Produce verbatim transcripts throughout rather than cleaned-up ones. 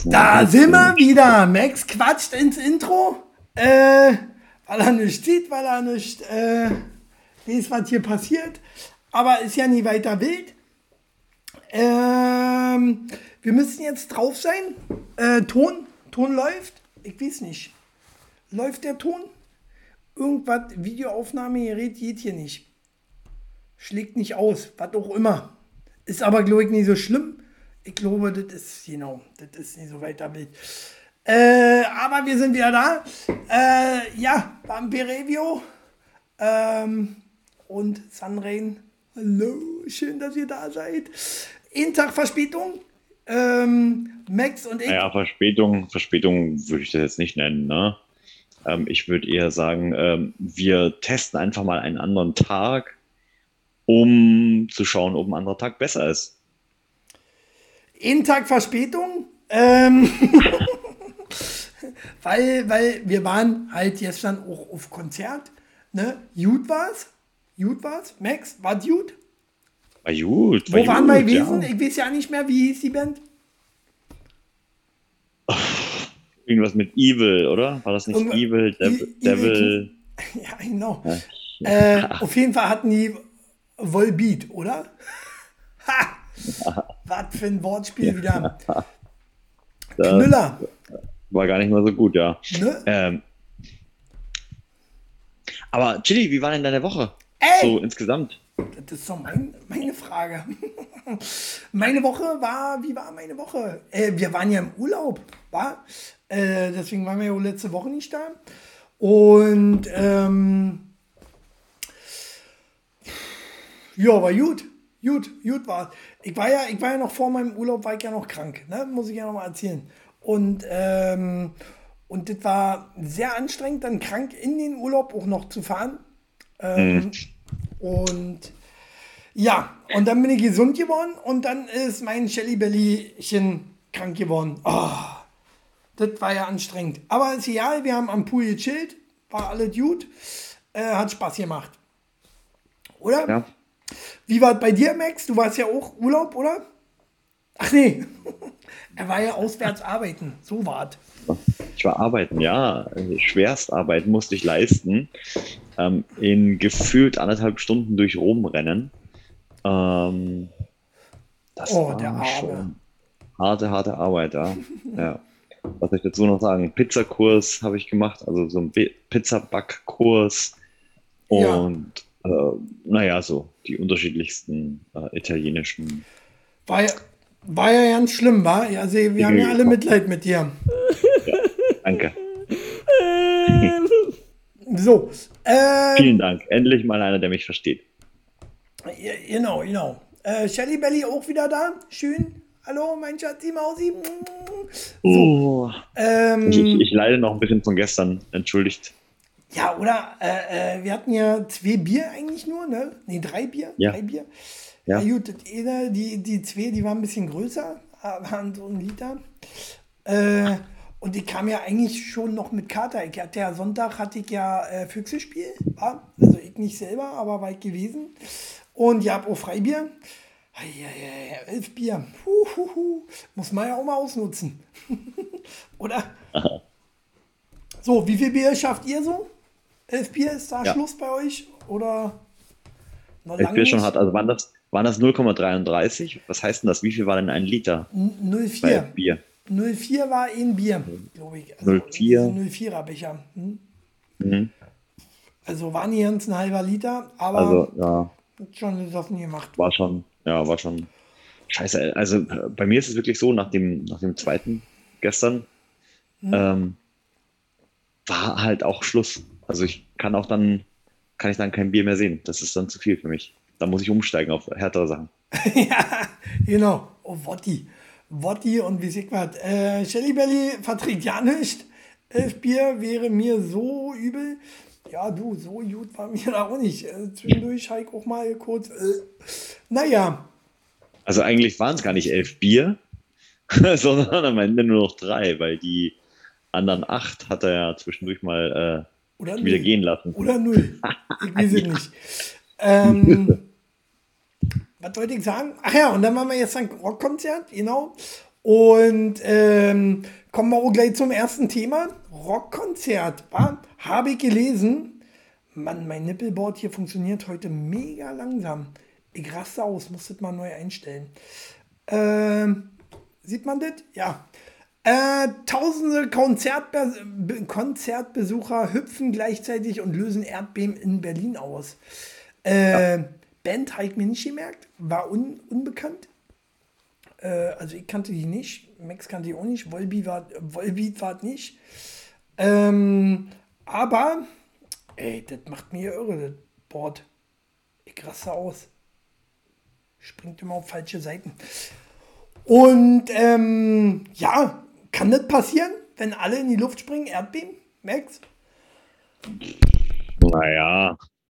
Da sind wir wieder. Max quatscht ins Intro, äh, weil er nicht sieht, weil er nicht äh, weiß, was hier passiert. Aber ist ja nie weiter wild. Ähm, wir müssen jetzt drauf sein. Äh, Ton, Ton läuft. Ich weiß nicht. Läuft der Ton? Irgendwas, Videoaufnahmegerät geht hier nicht. Schlägt nicht aus, was auch immer. Ist aber, glaube ich, nicht so schlimm. Ich glaube, das ist, genau, das ist nicht so weiter wild. Äh, aber wir sind wieder da. Äh, ja, beim Perevio. Ähm, und Sunrain. Hallo, schön, dass ihr da seid. Einen Tag Verspätung. Ähm, Max und ich. Naja, Verspätung, Verspätung würde ich das jetzt nicht nennen, ne? Ähm, ich würde eher sagen, ähm, wir testen einfach mal einen anderen Tag, um zu schauen, ob ein anderer Tag besser ist. Einen Tag Verspätung. Ähm, weil, weil wir waren halt gestern auch auf Konzert. Ne? Gut war's. Gut war's. Max, war's gut? War gut. Wo War waren wir gut, gewesen? ja. Ich weiß ja nicht mehr, wie hieß die Band? Irgendwas mit Evil, oder? War das nicht Irgendwas- Evil, Devil? I- Devil? Ja, genau. Ja. Äh, auf jeden Fall hatten die Volbeat, oder? Ha! Was für ein Wortspiel wieder. Das Knüller. war gar nicht mal so gut, ja. Ne? Ähm, aber Chili, wie war denn deine Woche? Ey! So insgesamt. Das ist doch mein, meine Frage. Meine Woche war, wie war meine Woche? Äh, wir waren ja im Urlaub, war? Äh, deswegen waren wir ja auch letzte Woche nicht da. Und ähm, ja, war gut. Gut, gut war. Ich war ja, ich war ja noch vor meinem Urlaub, war ich ja noch krank, ne? Muss ich ja noch mal erzählen. Und ähm, und das war sehr anstrengend, dann krank in den Urlaub auch noch zu fahren. Ähm, Und ja, und dann bin ich gesund geworden und dann ist mein Shelly Bellychen krank geworden. Oh, das war ja anstrengend. Aber ist egal, wir haben am Pool gechillt, war alles gut, äh, hat Spaß gemacht. Oder? Ja. Wie war es bei dir, Max? Du warst ja auch Urlaub, oder? Ach nee, er war ja auswärts arbeiten, so war es. Ich war arbeiten, ja. Schwerstarbeiten musste ich leisten. Ähm, in gefühlt anderthalb Stunden durch Rom rennen. Ähm, das Oh, war der Arme. schon harte, harte Arbeit, ja. Ja. Was soll ich dazu noch sagen? Pizzakurs habe ich gemacht, also so ein Bi- Pizzabackkurs Ja. und äh, naja, so die unterschiedlichsten äh, italienischen. War ja, war ja ganz schlimm, war? Ja, sie, wir haben ja alle Mitleid mit dir. Danke. So, äh, Vielen Dank. Endlich mal einer, der mich versteht. Ja, genau, genau. Äh, Shelly Belly auch wieder da. Schön. Hallo, mein Schatzi Mausi. Oh. Ähm, Ich, ich, ich leide noch ein bisschen von gestern. Entschuldigt. ja, oder? Äh, äh, wir hatten ja zwei Bier eigentlich nur, ne? Ne, drei Bier. Ja. Drei Bier. Ja. Ja, gut, das eine, die, die zwei, die waren ein bisschen größer, waren so ein Liter. Äh, und ich kam ja eigentlich schon noch mit Kater. Ich hatte ja Sonntag, hatte ich ja äh, Füchsespiel. War? Also ich nicht selber, aber war ich gewesen. Und ich habe auch Freibier. Eieiei, elf Bier. Huhuhu. Muss man ja auch mal ausnutzen. Oder? So, wie viel Bier schafft ihr so? Elf Bier, ist da Ja. Schluss bei euch? Oder noch Elf lange Bier schon nicht? hat, also waren das, waren das null Komma dreiunddreißig? Was heißt denn das? Wie viel war denn ein Liter null Komma bei elf vier. Bier? null Komma vier war ein Bier, glaube ich. Also null Komma vier. diese null Komma vierer Becher. Hm? Mhm. Also war nicht ganz ein halber Liter, aber Also, ja, hat schon Sachen gemacht. war schon, ja, war schon scheiße. Also äh, bei mir ist es wirklich so, nach dem, nach dem zweiten gestern ähm, war halt auch Schluss. Also ich kann auch dann, kann ich dann kein Bier mehr sehen. Das ist dann zu viel für mich. Da muss ich umsteigen auf härtere Sachen. Ja, genau. Oh, Wotti. Wotti und wie sich was. Äh, Shelly Belly verträgt ja nicht. Elf Bier wäre mir so übel. Ja, du, so gut war mir da auch nicht. Äh, zwischendurch habe ich auch mal kurz. Äh, naja, Also eigentlich waren es gar nicht elf Bier, sondern am Ende nur noch drei, weil die anderen acht hat er ja zwischendurch mal äh, oder wieder null. gehen lassen. Oder null. Ich weiß es nicht. Ähm, was wollte ich sagen? Ach ja, und dann waren wir jetzt ein Rockkonzert, genau. Und ähm, kommen wir auch gleich zum ersten Thema. Rockkonzert, wa? Habe ich gelesen. Mann, mein Nippelboard hier funktioniert heute mega langsam. Ich raste aus, muss das mal neu einstellen. Ähm, sieht man das? Ja. Äh, tausende Konzertbe Konzertbesucher hüpfen gleichzeitig und lösen Erdbeben in Berlin aus. Äh, Band habe ich mir nicht gemerkt, war un unbekannt. Äh, also ich kannte die nicht, Max kannte die auch nicht, Volbeat war, Volbeat war nicht. Ähm, aber, ey, das macht mir irre, das Board. Ich raste aus. Springt immer auf falsche Seiten. Und ähm, ja, kann das passieren, wenn alle in die Luft springen, Erdbeben, Max? Naja,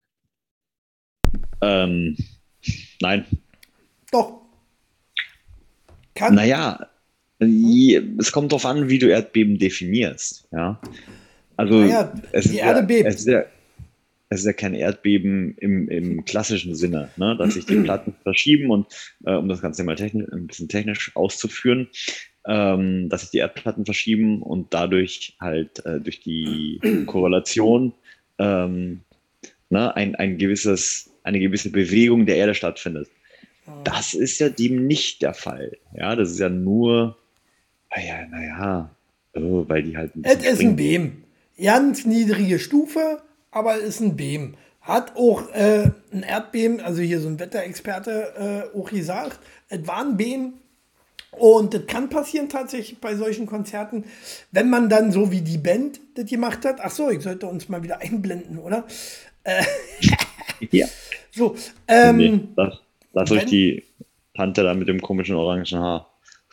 ähm, nein. Doch. Kann. Naja, je- es kommt darauf an, wie du Erdbeben definierst. Ja, also Naja, es die ist Erde ja, bebt. es ist ja, es ist ja kein Erdbeben im, im klassischen Sinne, ne? Dass sich die Platten verschieben und äh, um das Ganze mal technisch, ein bisschen technisch auszuführen, ähm, dass sich die Erdplatten verschieben und dadurch halt äh, durch die Korrelation ähm, ne, ein, ein gewisses, eine gewisse Bewegung der Erde stattfindet. Das ist ja dem nicht der Fall. Ja, das ist ja nur, naja, naja, oh, weil die halt ein Es bisschen ist ein springen. Beam. Ganz niedrige Stufe, aber es ist ein Beam. Hat auch äh, ein Erdbeben, also hier so ein Wetterexperte äh, auch gesagt, es war ein Beam. Und das kann passieren tatsächlich bei solchen Konzerten, wenn man dann so wie die Band das gemacht hat. Ach so, ich sollte uns mal wieder einblenden, oder? Ja, So, nee, ähm, lass, lass euch wenn, die Tante da mit dem komischen orangen Haar.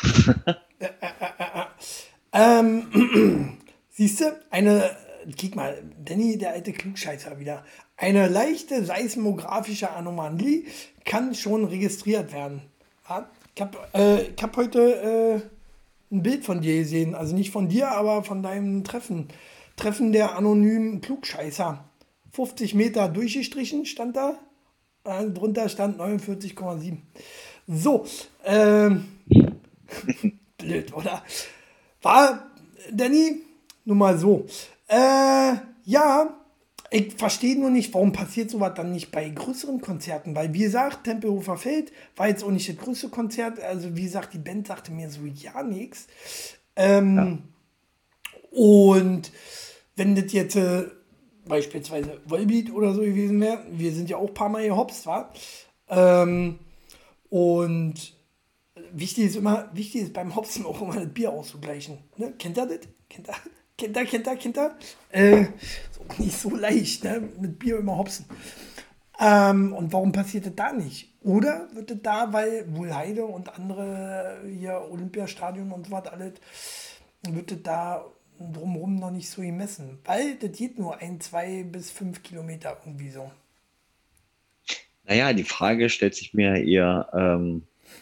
ähm, siehst du, eine, guck mal, Danny, der alte Klugscheißer wieder, eine leichte seismografische Anomalie kann schon registriert werden. Ja? Ich habe äh, ich hab heute äh, ein Bild von dir gesehen, also nicht von dir, aber von deinem Treffen. Treffen der anonymen Klugscheißer. fünfzig Meter durchgestrichen stand da, äh, drunter stand neunundvierzig Komma sieben. So, ähm, blöd, oder? War, Danny, nun mal so. Äh, ja, ich verstehe nur nicht, warum passiert sowas dann nicht bei größeren Konzerten, weil wie gesagt, Tempelhofer Feld war jetzt auch nicht das größte Konzert, also wie gesagt, die Band sagte mir so ja nichts. Ja. Ähm, und wenn das jetzt äh, beispielsweise Volbeat oder so gewesen wäre, wir sind ja auch ein paar Mal gehopst, war. Ähm, und wichtig ist immer, wichtig ist beim Hopsen auch immer das Bier auszugleichen. Ne? Kennt ihr das? Kennt ihr? Kennt ihr, kennt ihr, kennt ihr? Äh, ist auch nicht so leicht, ne? Mit Bier immer hopsen. Ähm, und warum passiert das da nicht? Oder wird das da, weil Wuhlheide und andere hier Olympiastadion und so was alles, wird das da drumherum noch nicht so gemessen? Weil das geht nur ein, zwei bis fünf Kilometer irgendwie so. Naja, die Frage stellt sich mir eher, ähm,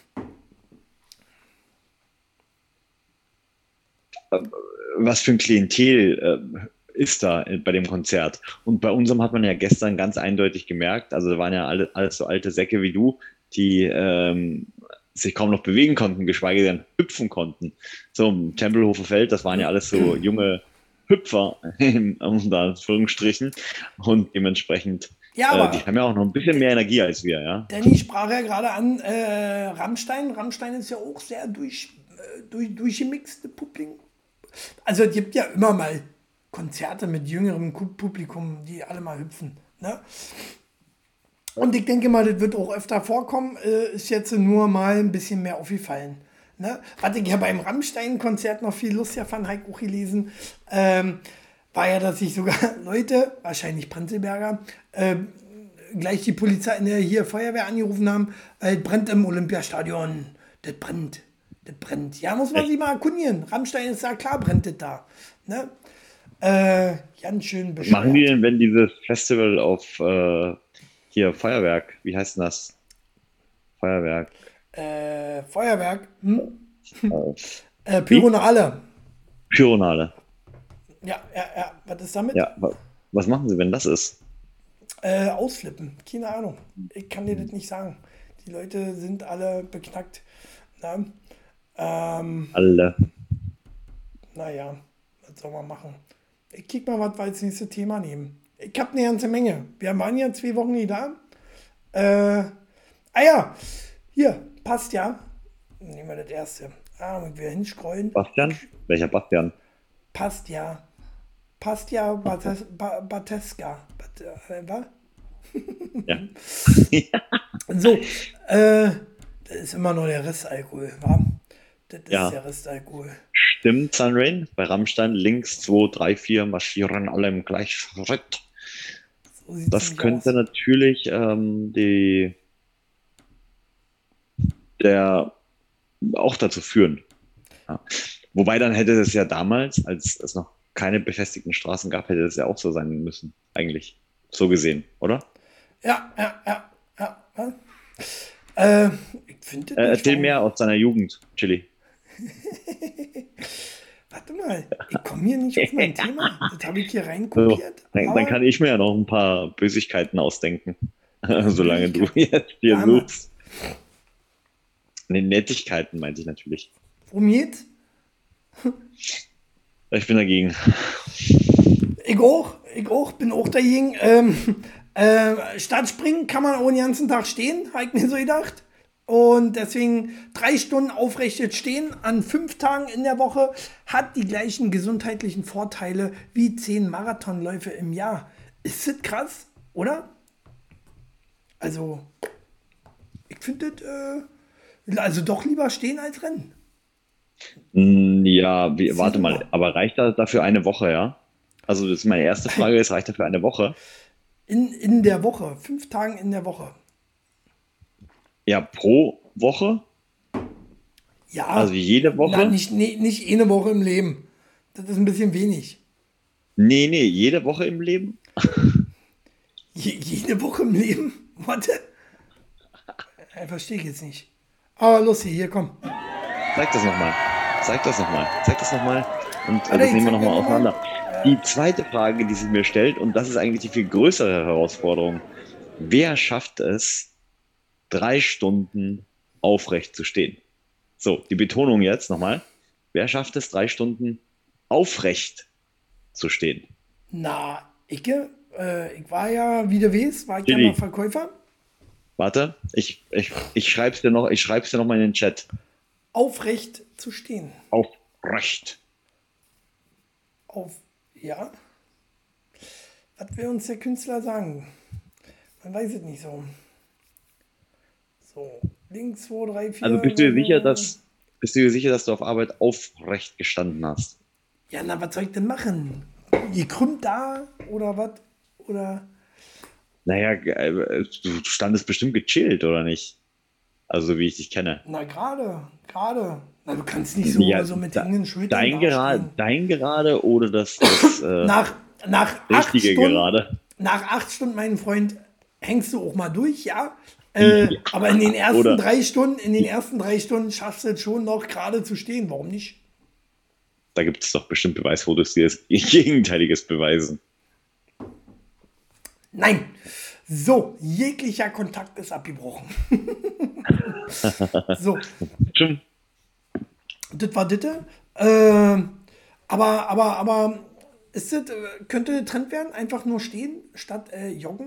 was für ein Klientel äh, ist da bei dem Konzert? Und bei unserem hat man ja gestern ganz eindeutig gemerkt, also da waren ja alle, alles so alte Säcke wie du, die ähm, sich kaum noch bewegen konnten, geschweige denn hüpfen konnten. So im Tempelhofer Feld, das waren ja alles so junge Hüpfer, unter Anführungsstrichen. Und dementsprechend, Ja, äh, die aber haben ja auch noch ein bisschen mehr Energie als wir, ja. Danny sprach ja gerade an äh, Rammstein. Rammstein ist ja auch sehr durch, äh, durch, durchgemixte Publikum. Also es gibt ja immer mal Konzerte mit jüngerem Ku- Publikum, die alle mal hüpfen. Ne? Und ich denke mal, das wird auch öfter vorkommen, äh, ist jetzt nur mal ein bisschen mehr aufgefallen. Ne? Was ich ja beim Rammstein-Konzert noch viel lustiger fand, habe ich auch gelesen, ähm, war ja, dass sich sogar Leute, wahrscheinlich Prenzlberger, äh, gleich die Polizei, ne, hier Feuerwehr angerufen haben, äh, brennt im Olympiastadion, das brennt, das brennt. Ja, muss man Echt? sich mal erkundigen. Rammstein ist ja klar, brennt das da. Ne? Äh, ganz schön Was machen die bescheuert. denn, wenn dieses Festival auf äh, hier Feuerwerk, wie heißt denn das? Feuerwerk. Äh, Feuerwerk, hm? Äh, Äh, wie? Pyronale. Pyronale. Ja, ja, ja. Was ist damit? Ja, wa- was machen sie, wenn das ist? Äh, ausflippen. Keine Ahnung. Ich kann dir das nicht sagen. Die Leute sind alle beknackt. Na? Ähm, Alle. naja, was soll man machen? Ich kick mal, was wir als nächstes Thema nehmen. Ich habe eine ganze Menge. Wir waren ja zwei Wochen nicht da. Äh, ah ja, hier, passt ja. Nehmen wir das erste. Ah, und wir hinscrollen. Bastian? Welcher Bastian? Passt ja. Passt ja, Bates, ba, Bateska. Bat, äh, was? Ja. So, äh, das ist immer nur der Restalkohol, wa? Das ist Ja. der Restalkohol. Stimmt, Sunrain. Bei Rammstein links zwei, drei, vier marschieren alle im Gleichschritt. So sieht's Das nämlich könnte aus. natürlich ähm, die, der auch dazu führen. Ja. Wobei dann hätte es ja damals, als es noch keine befestigten Straßen gab, hätte es ja auch so sein müssen, eigentlich. So gesehen, oder? Ja, ja, ja, ja. ja. Äh, ich finde Äh, das nicht. erzähl warum- mehr aus deiner Jugend, Chili. Warte mal, ich komme hier nicht auf mein Thema. Das habe ich hier So, reinkopiert. dann, aber dann kann ich mir ja noch ein paar Bösigkeiten ausdenken, solange du Bösigkeiten. jetzt hier Hammer. suchst. Ne, Nettigkeiten meinte ich natürlich. Worum geht's? Ich bin dagegen. Ich auch, ich auch, bin auch dagegen. Ähm, äh, statt springen kann man auch den ganzen Tag stehen, habe ich mir so gedacht. Und deswegen drei Stunden aufrechtes Stehen an fünf Tagen in der Woche hat die gleichen gesundheitlichen Vorteile wie zehn Marathonläufe im Jahr. Ist das krass, oder? Also, ich finde das, äh, also doch lieber stehen als rennen. Hm, Ja, wie, Ist warte super. mal, aber reicht das dafür eine Woche, ja? Also das ist meine erste Frage, es reicht dafür eine Woche? In, in der Woche, fünf Tagen in der Woche. Ja, pro Woche? Ja, Also jede na, Woche? nicht, nee, nicht eine Woche im Leben. Das ist ein bisschen wenig. Nee, nee, jede Woche im Leben? Je, jede Woche im Leben? Warte. Äh, verstehe ich jetzt nicht. Aber los hier, hier, komm. Zeig das nochmal. Zeig das nochmal. Zeig das nochmal. Und äh, Warte, das ich nehmen wir zeig dir nochmal noch mal. auseinander. Die zweite Frage, die sich mir stellt, und das ist eigentlich die viel größere Herausforderung. Wer schafft es, drei Stunden aufrecht zu stehen? So, die Betonung jetzt nochmal. Wer schafft es, drei Stunden aufrecht zu stehen? Na, ich, äh, ich war ja, wie du weißt, war ich ja Chili. mal Verkäufer. Warte, ich, ich, ich schreib's dir noch, ich schreib's dir noch mal in den Chat. Aufrecht zu stehen. Aufrecht. Auf, ja. Was will uns der Künstler sagen? Man weiß es nicht so. So, links, zwei, drei, vier. Also bist du dir sicher, dass, bist du dir sicher, dass du auf Arbeit aufrecht gestanden hast? Ja, na, was soll ich denn machen? Gekrümmt da oder was? Oder. Naja, äh, du standest bestimmt gechillt, oder nicht? Also, so wie ich dich kenne. Na, gerade, gerade. Na, du kannst nicht so, Ja, so mit da- hängenden Schultern dein, Gera dastehen. dein Gerade oder das, das äh, Nach, nach acht richtige Stunden, Gerade? nach acht Stunden, mein Freund, hängst du auch mal durch, ja. Äh, Ja. aber in den ersten Oder- drei Stunden, in den ersten drei Stunden schaffst du es schon noch gerade zu stehen. Warum nicht? Da gibt es doch bestimmt Beweisfotos, die das Gegenteiliges beweisen. Nein. So, jeglicher Kontakt ist abgebrochen. So, Schon. das war das. Äh, aber, aber, aber, ist das, äh, könnte der Trend werden? Einfach nur stehen statt äh, joggen?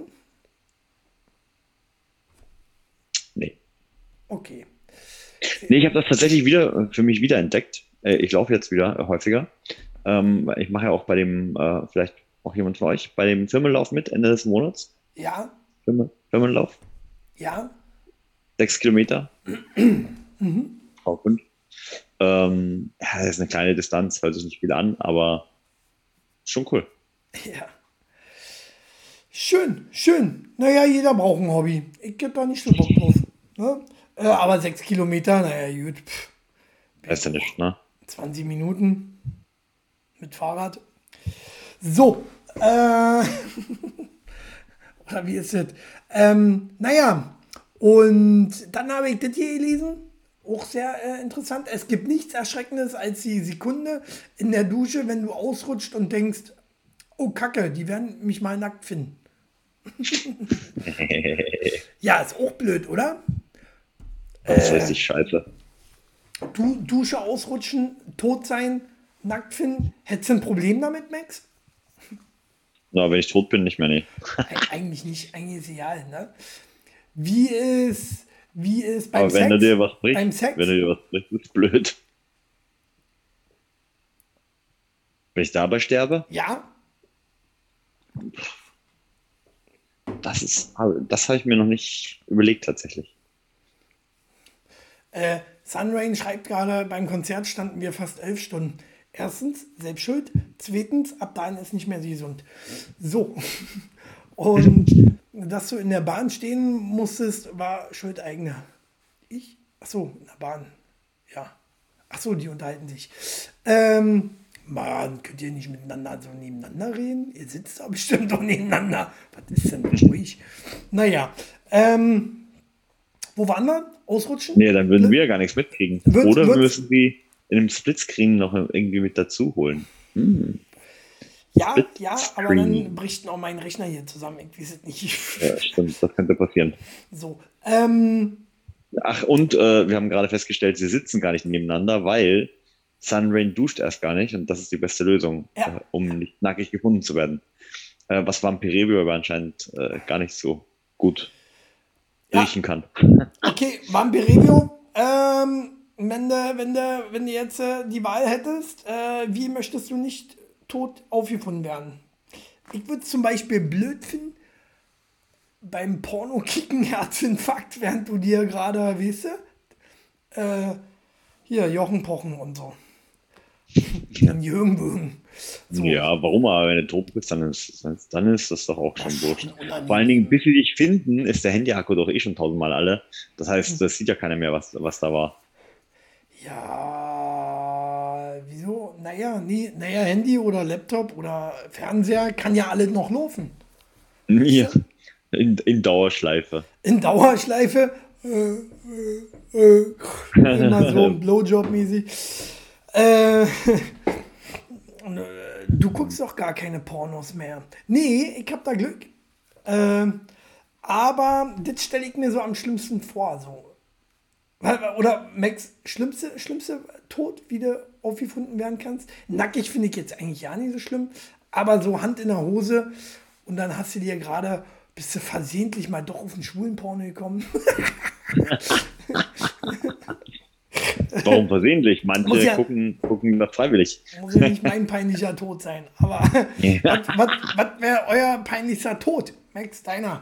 Nee. Okay. Nee, ich habe das tatsächlich wieder äh, für mich wieder entdeckt. Äh, Ich laufe jetzt wieder äh, häufiger. Ähm, Ich mache ja auch bei dem, äh, vielleicht auch jemand von euch, bei dem Firmenlauf mit Ende des Monats. Ja, Firmen, Firmenlauf. ja. Sechs Kilometer. Auch fünf. Ähm, ja, das ist eine kleine Distanz, hört sich nicht viel an, aber schon cool. Ja. Schön, schön. Naja, jeder braucht ein Hobby. Ich hab da nicht so Bock drauf. Ne? Äh, aber sechs Kilometer, naja, gut. Pff, Weißt du nicht, ne? zwanzig Minuten mit Fahrrad. So. Äh, oder wie ist das? Ähm, naja, und dann habe ich das hier gelesen. Auch sehr äh, interessant. Es gibt nichts Erschreckendes als die Sekunde in der Dusche, wenn du ausrutscht und denkst, oh Kacke, die werden mich mal nackt finden. Ja, ist auch blöd, oder? Das ist richtig scheiße. Du, Dusche ausrutschen, tot sein, nackt finden. Hättest du ein Problem damit, Max? Na, wenn ich tot bin, nicht mehr, nee. Eig- Eigentlich nicht, eigentlich ist egal, ne? Wie ist, wie ist beim Aber wenn du Sex? dir was Beim brichst, wenn Sex? du dir was brichst, ist blöd. Wenn ich dabei sterbe, Ja, das ist, das habe ich mir noch nicht überlegt tatsächlich. äh, Sunrain schreibt gerade, beim Konzert standen wir fast elf Stunden. Erstens, selbst schuld. Zweitens, ab dahin ist nicht mehr so gesund. So. Und dass du in der Bahn stehen musstest, war schuld eigene. Ich? Achso, in der Bahn. Ja. Achso, die unterhalten sich. Ähm, Mann, könnt ihr nicht miteinander so nebeneinander reden? Ihr sitzt da bestimmt doch nebeneinander. Was ist denn mit euch? Naja. Ähm, wo waren wir? Ausrutschen? Nee, dann würden Blöd. wir ja gar nichts mitkriegen. Wird- Oder wir wird- müssen sie in einem Splitscreen noch irgendwie mit dazu holen. Hm, Ja, ja, aber dann Splitscreen. bricht auch mein Rechner hier zusammen. Ich weiß es nicht. Ja, stimmt, das könnte passieren. So. Ähm, Ach, und äh, wir haben gerade festgestellt, sie sitzen gar nicht nebeneinander, weil Sunrain duscht erst gar nicht und das ist die beste Lösung, Ja. äh, um nicht nackig gefunden zu werden. Äh, was Vampirevio aber anscheinend äh, gar nicht so gut Ja. riechen kann. okay, Vampirevio. Ähm, wenn du, wenn du, wenn du jetzt äh, die Wahl hättest, äh, wie möchtest du nicht tot aufgefunden werden? Ich würde es zum Beispiel blöd finden, beim Porno-Kicken Herzinfarkt, während du dir gerade, weißt du, äh, hier Jochen pochen und so. Dann Jürgen so. Ja, warum aber, wenn du tot bist, dann ist, dann ist das doch auch schon ist wurscht. schon unangenehm. Vor allen Dingen, bis sie dich finden, ist der Handy-Akku doch eh schon tausendmal alle. Das heißt, das sieht ja keiner mehr, was, was da war. Ja, wieso? Naja, nee, naja, Handy oder Laptop oder Fernseher kann ja alles noch laufen. Nie. In, in Dauerschleife. In Dauerschleife. Äh, äh, äh, immer so Blowjob-mäßig. Äh, und, äh, du guckst doch gar keine Pornos mehr. Nee, ich hab da Glück. Äh, aber das stelle ich mir so am schlimmsten vor. So. Oder Max, schlimmste, schlimmste Tod, wie du aufgefunden werden kannst? Nackig finde ich jetzt eigentlich ja nicht so schlimm. Aber so Hand in der Hose und dann hast du dir gerade, bist du versehentlich mal doch auf einen schwulen Porno gekommen. Warum versehentlich? Manche Muss ja- gucken, gucken das freiwillig. Muss ja nicht mein peinlicher Tod sein. Aber was wäre euer peinlichster Tod? Max, deiner?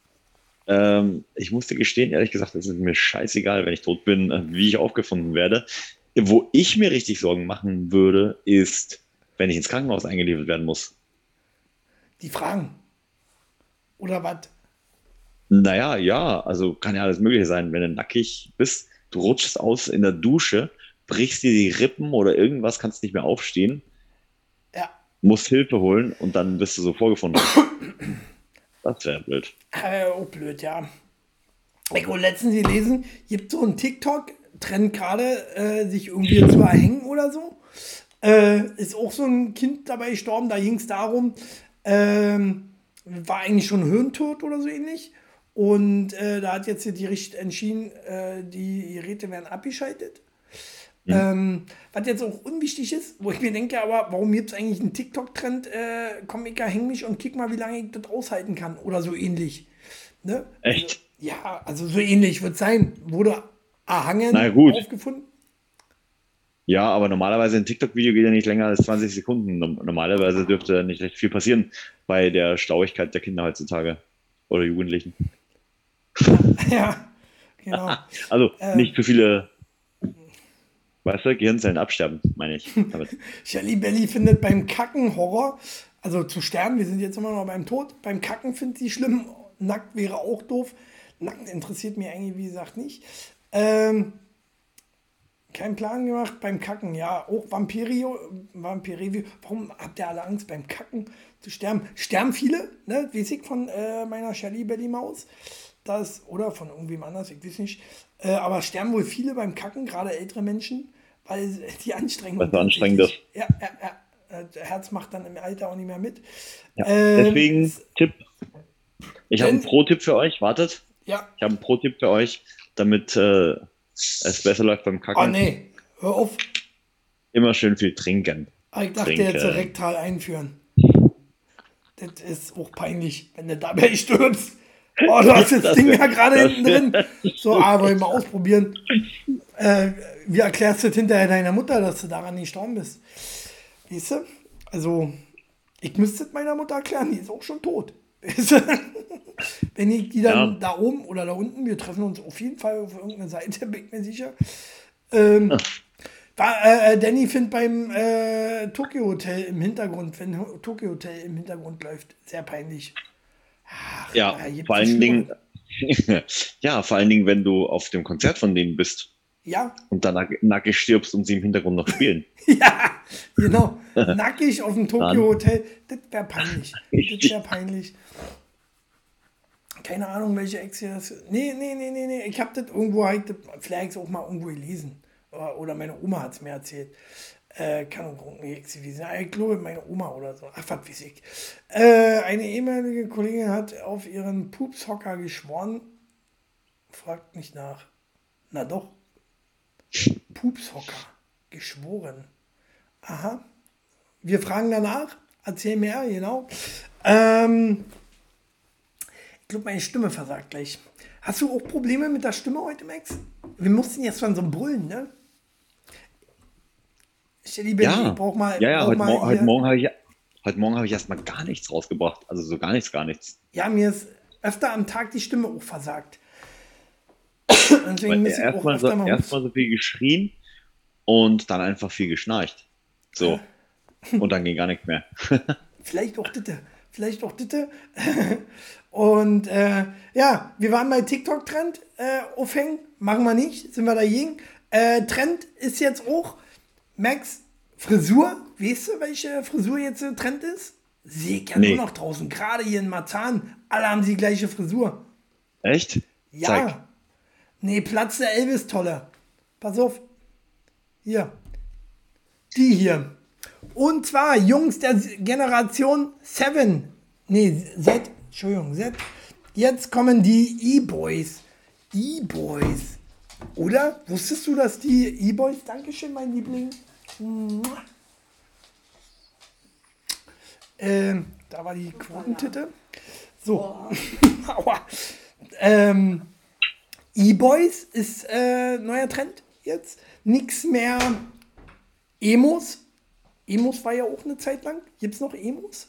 Ähm, ich muss dir gestehen, ehrlich gesagt, es ist mir scheißegal, wenn ich tot bin, äh, wie ich aufgefunden werde. Wo ich mir richtig Sorgen machen würde, ist, wenn ich ins Krankenhaus eingeliefert werden muss. Die Fragen. Oder was? Naja, ja, also kann ja alles Mögliche sein. Wenn du nackig bist, du rutschst aus in der Dusche, brichst dir die Rippen oder irgendwas, kannst nicht mehr aufstehen, Ja. musst Hilfe holen und dann bist du so vorgefunden. Das wäre blöd. Äh, oh, blöd, ja. Ich habe letztens gelesen, gibt so einen TikTok-Trend gerade, äh, sich irgendwie zu erhängen oder so. Äh, ist auch so ein Kind dabei gestorben, da ging es darum, ähm, war eigentlich schon hirntot oder so ähnlich. Und äh, da hat jetzt die Richt entschieden, äh, die Geräte werden abgeschaltet. Ähm, was jetzt auch unwichtig ist, wo ich mir denke, aber warum gibt es eigentlich einen TikTok-Trend, äh, komm, ich häng mich und kick mal, wie lange ich das aushalten kann oder so ähnlich. Ne? Echt? Also, ja, also so ähnlich wird sein. Wurde erhangen, Na gut. aufgefunden. Ja, aber normalerweise ein TikTok-Video geht ja nicht länger als zwanzig Sekunden. Nom- Normalerweise dürfte nicht recht viel passieren bei der Schlauigkeit der Kinder heutzutage oder Jugendlichen. Ja, genau. Also Ähm. nicht zu viele, weißt du, Gehirnzellen absterben, meine ich damit. Shelly Belly findet beim Kacken Horror, also zu sterben, wir sind jetzt immer noch beim Tod. Beim Kacken findet sie schlimm, nackt wäre auch doof. Nackt interessiert mich eigentlich, wie gesagt, nicht. Ähm, kein Plan gemacht beim Kacken, ja, auch Vampirio, Vampireview. Warum habt ihr alle Angst beim Kacken zu sterben? Sterben viele, ne, weiß ich von äh, meiner Shelly Belly Maus. Das, oder von irgendwem anders, ich weiß nicht. Äh, aber sterben wohl viele beim Kacken, gerade ältere Menschen, weil die Anstrengung. Weil es so anstrengend ist. Ja, ja, ja. Das Herz macht dann im Alter auch nicht mehr mit. Ja, Ähm, deswegen Tipp. Ich habe einen wenn- Pro-Tipp für euch. Wartet. Ja. Ich habe einen Pro-Tipp für euch, damit äh, es besser läuft beim Kacken. Oh nee, Hör auf. Immer schön viel trinken. Ah, ich dachte Trinken. jetzt rektal einführen. Das ist auch peinlich, wenn du dabei stirbst. Oh, du hast das, Das Ding wär- ja gerade das hinten wär- drin. So, ah, wollen wir mal ausprobieren. Äh, wie erklärst du das hinterher deiner Mutter, dass du daran nicht gestorben bist? Weißt du? Also, ich müsste es meiner Mutter erklären, die ist auch schon tot. Weißt du? Wenn ich die dann Ja. da oben oder da unten, wir treffen uns auf jeden Fall auf irgendeiner Seite, bin ich mir sicher. Ähm, war, äh, Danny findet beim äh, Tokyo Hotel im Hintergrund, wenn Ho- Tokyo Hotel im Hintergrund läuft, sehr peinlich. Ach, Ja, da gibt's vor allen nichts Dingen, Schlimmeres. ja, vor allen Dingen, wenn du auf dem Konzert von denen bist Ja, und dann nack- nackig stirbst und sie im Hintergrund noch spielen. ja, genau. Nackig auf dem Tokyo Dann- Hotel, das wäre peinlich. Das wäre peinlich. Keine Ahnung, welche Ex hier das. Nee, nee, nee, nee, nee. Ich habe das irgendwo halt, vielleicht auch mal irgendwo gelesen. Oder, oder meine Oma hat es mir erzählt. Äh, kann auch irgendeine Ex gewesen sein. Ich glaube, meine Oma oder so. Ach, was weiß ich. Äh, eine ehemalige Kollegin hat auf ihren Pupshocker geschworen. Fragt nicht nach. Na doch. Pupshocker. Geschworen. Aha. Wir fragen danach. Erzähl mehr, genau. Ähm, ich glaube, meine Stimme versagt gleich. Hast du auch Probleme mit der Stimme heute, Max? Wir mussten jetzt schon so brüllen, ne? Stell die Ja, ich brauch mal, ja, ja, brauch heute, mal Mor heute hier- Morgen habe ich, heute Morgen habe ich erstmal gar nichts rausgebracht. Also so gar nichts, gar nichts. Ja, mir ist öfter am Tag die Stimme auch versagt. Deswegen Weil muss ich auch Erstmal so, öfter mal erstmal so viel geschrien und dann einfach viel geschnarcht. So. Und dann ging gar nichts mehr. Vielleicht auch Ditte. Vielleicht auch Ditte. Und äh, ja, wir waren bei TikTok-Trend äh, aufhängen. Machen wir nicht. Sind wir dagegen. Äh, Trend ist jetzt auch, Max, Frisur. Weißt du, welche Frisur jetzt äh, Trend ist? Sehe ich ja Nee. nur noch draußen. Gerade hier in Marzahn. Alle haben die gleiche Frisur. Echt? Ja. Zeig. Nee, Platz der Elvis tolle. Pass auf. Hier. Die hier. Und zwar Jungs der Generation sieben. Nee, Z. Entschuldigung, Z. Jetzt kommen die E-Boys. E-Boys. Oder? Wusstest du, dass die E-Boys, Dankeschön, mein Liebling. Mua. Ähm, da war die Quotentitte. So. Aua. Ähm, E-Boys ist äh, neuer Trend jetzt. Nix mehr Emos. Emos war ja auch eine Zeit lang. Gibt's noch Emos?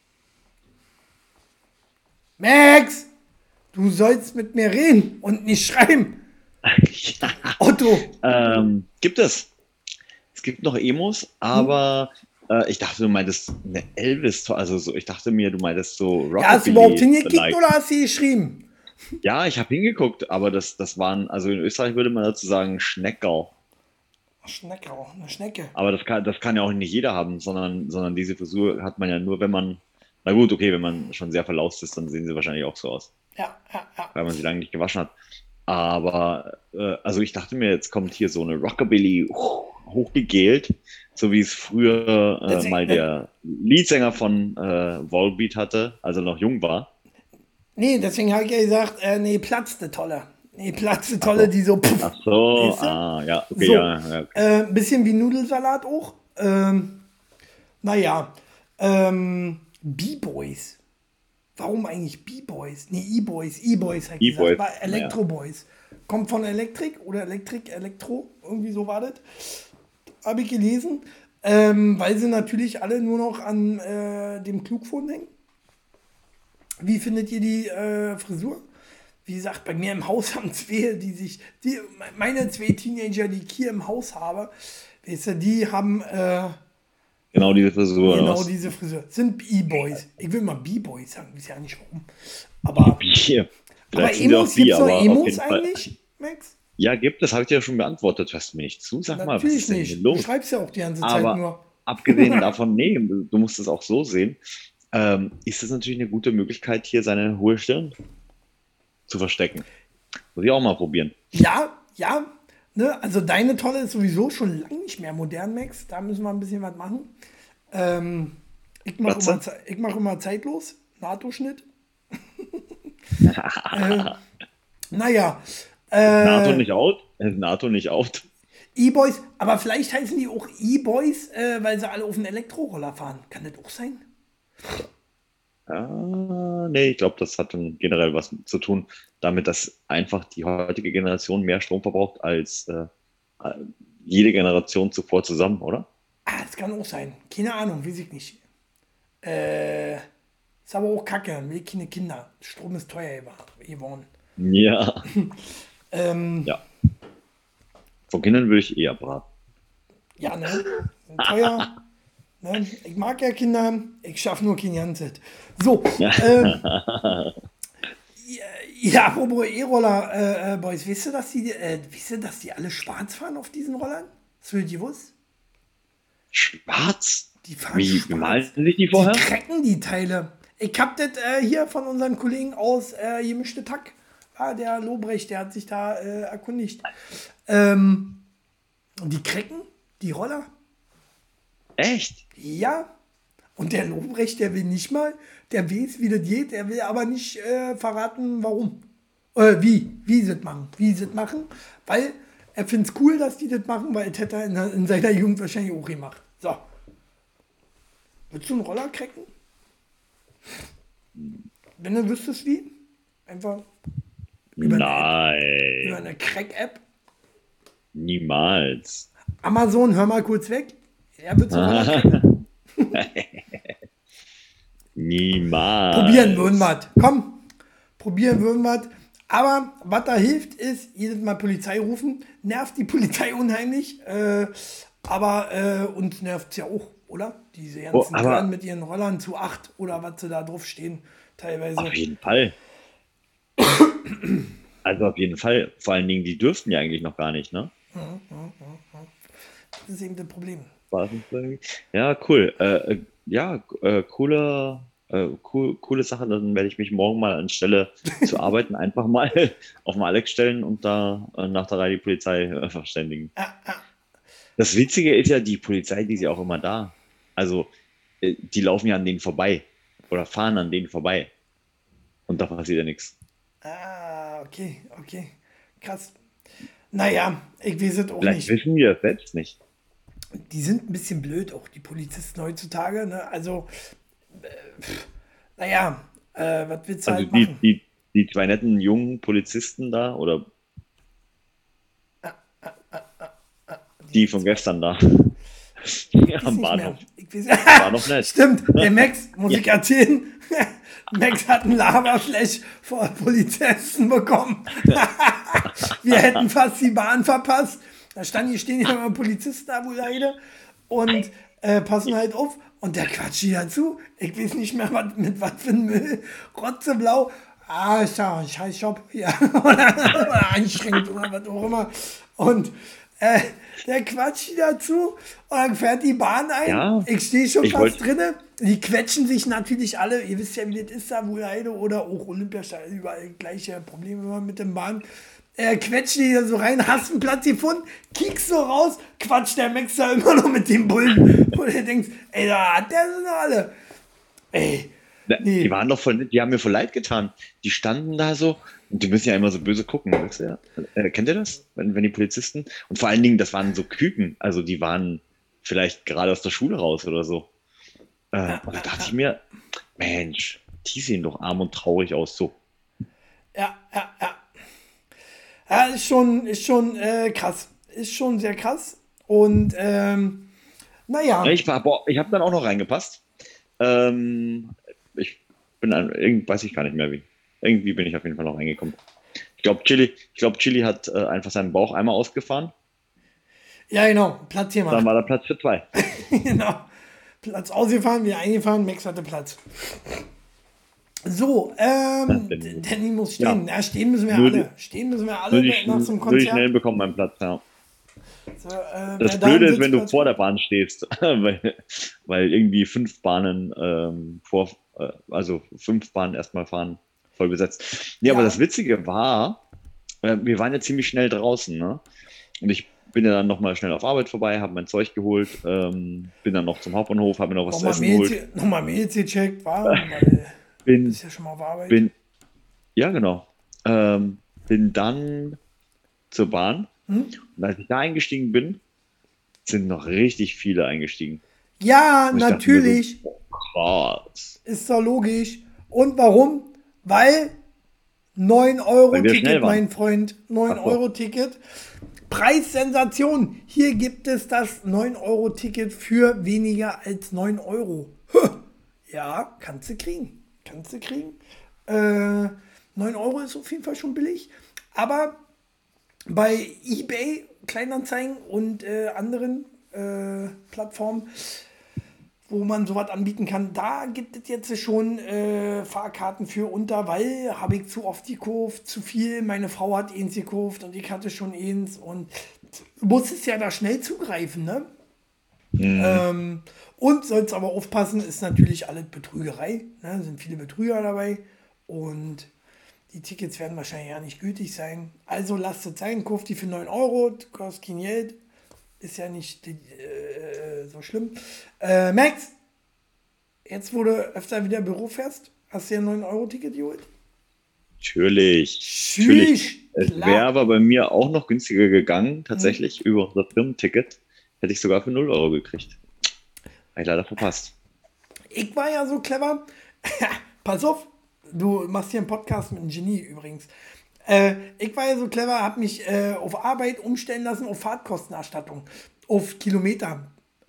Max! Du sollst mit mir reden und nicht schreiben. Ja. Otto. Ähm, gibt es. Es gibt noch Emos, aber äh, ich dachte, du meintest eine Elvis, also so, ich dachte mir, du meintest so Rockabilly. Ja, hast du überhaupt hingekickt like. oder hast du geschrieben? Ja, ich habe hingeguckt, aber das, das waren, also in Österreich würde man dazu sagen Schneckerl. Schnecke auch, eine Schnecke. Aber das kann, das kann ja auch nicht jeder haben, sondern, sondern diese Frisur hat man ja nur, wenn man, na gut, okay, wenn man schon sehr verlaust ist, dann sehen sie wahrscheinlich auch so aus, Ja, ja, ja. weil man sie lange nicht gewaschen hat. Aber, äh, also ich dachte mir, jetzt kommt hier so eine Rockabilly uh, hochgegelt, so wie es früher äh, Deswegen- mal der Leadsänger von äh, Volbeat hatte, als er noch jung war. Nee, deswegen habe ich ja gesagt, äh, nee, platzte tolle. Nee, platzte tolle, die so. Pff, Ach so, Weißt du? ah, ja, okay, So. ja, ja. Äh, ein bisschen wie Nudelsalat auch. Ähm, naja. Ähm, B-Boys. Warum eigentlich B-Boys? Nee, E-Boys. E-Boys hat E-Boys, gesagt. War Elektro-Boys. Kommt von Elektrik oder Elektrik, Elektro. Irgendwie so war das. Habe ich gelesen. Ähm, weil sie natürlich alle nur noch an äh, dem Klugphone hängen. Wie findet ihr die äh, Frisur? Wie gesagt, bei mir im Haus haben zwei, die sich, die, meine zwei Teenager, die ich hier im Haus habe, weißt du, die haben äh, Genau diese Frisur. oder genau was? diese Frisur. Sind E-Boys. Ich will mal B-Boys sagen, weiß ja nicht warum. Aber, Hier. aber Vielleicht sind sie auch Emos, die, gibt es noch aber auf Emos jeden Fall. eigentlich, Max? Ja, gibt es, habe ich dir ja schon beantwortet. Hörst du mir nicht zu? Sag mal, was Natürlich ist denn nicht. hier Du los? schreibst ja auch die ganze Zeit Aber nur. abgesehen davon, nee, du musst es auch so sehen, ähm, ist es natürlich eine gute Möglichkeit, hier seine hohe Stirn zu verstecken. Muss ich auch mal probieren. Ja, ja. Ne? Also deine Tolle ist sowieso schon lange nicht mehr modern, Max. Da müssen wir ein bisschen was machen. Ähm, ich mache Glatze? immer, Ze- ich mach immer zeitlos. NATO-Schnitt. äh, naja. Äh, NATO nicht out? Ist NATO nicht out? E-Boys, aber vielleicht heißen die auch E-Boys, äh, weil sie alle auf einen Elektroroller fahren. Kann das auch sein? Ah, nee, ich glaube, das hat dann generell was zu tun, damit, dass einfach die heutige Generation mehr Strom verbraucht als äh, jede Generation zuvor zusammen, oder? Ah, das kann auch sein. Keine Ahnung, weiß ich nicht. Äh, ist aber auch kacke, will keine Kinder. Strom ist teuer geworden. Ja, Ähm, ja. Von Kindern würde ich eher braten. ja, ne? Teuer. Ne? Ich mag ja Kinder, ich schaffe nur kein Ganzes. So, ähm, ja, apropos E-Roller, äh, äh, Boys, wisst ihr, dass die, äh, wisst ihr, dass die alle schwarz fahren auf diesen Rollern? Das will ich gewusst? Schwarz? Die fahren Wie schwarz. malen sich die Die vorher? cracken die Teile. Ich hab das äh, hier von unseren Kollegen aus äh, gemischte Tack. Ah, der Lobrecht, der hat sich da äh, erkundigt. Ähm, und die cracken, die Roller. Echt? Ja. Und der Lobrecht, der will nicht mal, der weiß, wie das geht, der will aber nicht äh, verraten, warum. Äh, wie, wie sie das machen. Wie sie das machen, weil er findet es cool, dass die das machen, weil das hätte er in, in seiner Jugend wahrscheinlich auch gemacht. So. Willst du einen Roller cracken? Wenn du wüsstest wie? Einfach über eine, über Nein, eine Crack-App. niemals. Amazon, hör mal kurz weg. Er wird so Roller cracken. Niemals. Probieren würden wir es. Komm, probieren würden wir es. Aber was da hilft, ist jedes Mal Polizei rufen. Nervt die Polizei unheimlich. Äh, aber äh, uns nervt es ja auch, oder? Diese ganzen Oh, aber- Türen mit ihren Rollern zu acht oder was sie da drauf stehen, teilweise. Auf jeden Fall. Also auf jeden Fall. Vor allen Dingen, die dürften ja eigentlich noch gar nicht, ne? Das ist eben das Problem. War das nicht so irgendwie? Ja, cool. Äh, äh, ja, äh, coole, äh, cool, coole Sache. Dann werde ich mich morgen mal anstelle zu arbeiten einfach mal auf den Alex stellen und da äh, nach der Reihe die Polizei äh, verständigen. Ah, ah. Das Witzige ist ja, die Polizei, die ist ja auch immer da. Also, äh, die laufen ja an denen vorbei oder fahren an denen vorbei. Und da passiert ja nichts. Ah, okay, okay. Krass. Naja, ich weiß es auch Vielleicht nicht. wissen die das selbst nicht. Die sind ein bisschen blöd, auch die Polizisten heutzutage. Ne? Also, äh, pff, naja, äh, was willst du Also halt die, machen? die, die zwei netten jungen Polizisten da oder die von gestern da Ich weiß am nicht mehr. Bahnhof. Ich weiß, War noch nett. Stimmt, der Max, muss ich erzählen. Max hat einen Lavaflash vor Polizisten bekommen. Wir hätten fast die Bahn verpasst. Da standen hier stehen ja immer Polizisten da, wo leider, und äh, passen halt auf. Und der quatscht die dazu. Ich weiß nicht mehr, was, mit was für einem Müll. Rotzeblau. Ah, ist ja ein scheiß Job. Ja. Oder, oder anstrengend oder was auch immer. Und äh, der quatscht die dazu und dann fährt die Bahn ein. Ja, Ich stehe schon ich fast wollt- drinne. Die quetschen sich natürlich alle. Ihr wisst ja, wie das ist da, wo Heide oder auch Olympiastadion, überall gleiche Probleme immer mit dem Bahn. Er quetscht die da so rein, hast einen Platz gefunden, kiekst so raus, quatscht der Max da immer noch mit dem Bullen. Und du denkst, ey, da hat der sie noch alle. Ey, Na, Nee. Die waren doch voll, die haben mir voll leid getan. Die standen da so und die müssen ja immer so böse gucken. Weißt du, ja? äh, kennt ihr das? Wenn, wenn die Polizisten und vor allen Dingen, das waren so Küken, also die waren vielleicht gerade aus der Schule raus oder so. Äh, und da dachte ich mir, Mensch, die sehen doch arm und traurig aus. So, ja, ja, ja. Ja, ist schon, ist schon äh, krass. Ist schon sehr krass. Und ähm, naja, ich war, boah, ich habe dann auch noch reingepasst. Ähm, ich bin, ein, irgend, weiß ich gar nicht mehr wie. Irgendwie bin ich auf jeden Fall noch reingekommen. Ich glaube, Chili, ich glaube, Chili hat äh, einfach seinen Bauch einmal ausgefahren. ja genau, Platz hier Dann machen. war da Platz für zwei. Genau. Platz ausgefahren, wieder eingefahren, Max hatte Platz. So, ähm, Danny. D- Danny muss stehen. Ja, stehen müssen wir Nur alle. die- Stehen müssen wir alle Nur die, nach so einem nur die schnell Konzert. bekommen meinen Platz, ja. So, äh, Das wer da Blöde einen ist, wenn du Sitzplatz- vor der Bahn stehst, weil, weil irgendwie fünf Bahnen ähm, vor, äh, also fünf Bahnen erstmal fahren, voll besetzt. Ja, Ja. aber das Witzige war, äh, wir waren ja ziemlich schnell draußen, ne? Und ich bin ja dann nochmal schnell auf Arbeit vorbei, habe mein Zeug geholt, ähm, bin dann noch zum Hauptbahnhof, habe mir noch was zu Nochmal essen Mails, geholt. ge- nochmal Mails gecheckt, war, weil Bin, ist ja schon mal auf Arbeit. bin, ja genau, ähm, bin dann zur Bahn Hm? Und als ich da eingestiegen bin, sind noch richtig viele eingestiegen. Ja, natürlich. So, oh, krass. Ist doch logisch. Und warum? Weil neun Euro Ticket, mein Freund. neun Euro Ticket. Preissensation. Hier gibt es das neun Euro Ticket für weniger als neun Euro. Ja, kannst du kriegen. Kannst du kriegen. Äh, neun Euro ist auf jeden Fall schon billig. Aber bei eBay, Kleinanzeigen und äh, anderen äh, Plattformen, wo man sowas anbieten kann, da gibt es jetzt schon äh, Fahrkarten für unter, weil habe ich zu oft gekauft, zu viel. Meine Frau hat eins gekauft und ich hatte schon eins und muss es ja da schnell zugreifen, ne? Mhm. Ähm, und sollst aber aufpassen, ist natürlich alles Betrügerei, ne? Sind viele Betrüger dabei und die Tickets werden wahrscheinlich ja nicht gültig sein. Also lasst es sein, kauft die für neun Euro, kostet kein Geld. Ist ja nicht äh, so schlimm. Äh, Max, jetzt wo du öfter wieder Büro fährst, hast du ja ein neun Euro Ticket geholt? Natürlich. Natürlich. Es wäre aber bei mir auch noch günstiger gegangen, tatsächlich, hm. über unser Firmenticket. Hätte ich sogar für null Euro gekriegt. Habe ich leider verpasst. Ich war ja so clever. Pass auf, du machst hier einen Podcast mit einem Genie übrigens. Äh, ich war ja so clever, habe mich äh, auf Arbeit umstellen lassen, auf Fahrtkostenerstattung, auf Kilometer.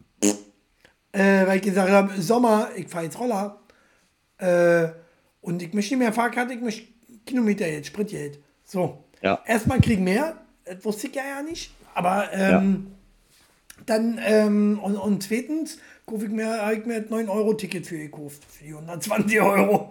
Äh, weil ich gesagt habe, Sommer, ich fahre jetzt Roller. Äh, und ich möchte nicht mehr Fahrkarte, ich möchte Kilometergeld, Spritgeld. So. Ja. Erstmal krieg mehr, das wusste ich ja, ja nicht. Aber ähm, ja. dann, ähm, und, und zweitens, kaufe ich mir, habe ich mir ein neun Euro Ticket für gekauft. Für die hundertzwanzig Euro.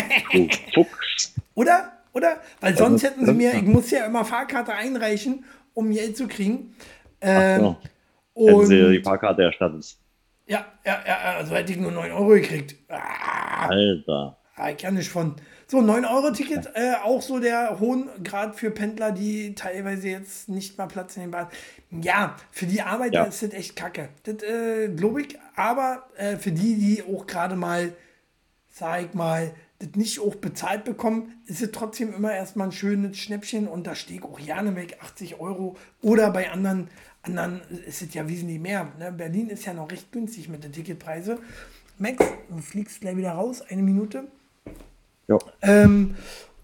Oh, Oder? Oder? Weil sonst hätten sie mir, ich muss ja immer Fahrkarte einreichen, um Geld zu kriegen. Ähm, so. Hätten sie die Fahrkarte erstattet. Ja, ja, ja, also hätte ich nur neun Euro gekriegt. Ah, Alter. Ah, ich kann nicht von. So, neun Euro Ticket, äh, auch so der hohen Grad für Pendler, die teilweise jetzt nicht mal Platz in den Bahnen. Ja, für die Arbeiter ja. ist das echt kacke. Das äh, glaube ich, aber äh, für die, die auch gerade mal, sag ich mal, das nicht auch bezahlt bekommen, ist es trotzdem immer erstmal ein schönes Schnäppchen und da stehe ich auch gerne weg, achtzig Euro. Oder bei anderen, anderen ist es ja wesentlich mehr. Ne? Berlin ist ja noch recht günstig mit den Ticketpreisen. Max, du fliegst gleich wieder raus, eine Minute. Ja. Ähm,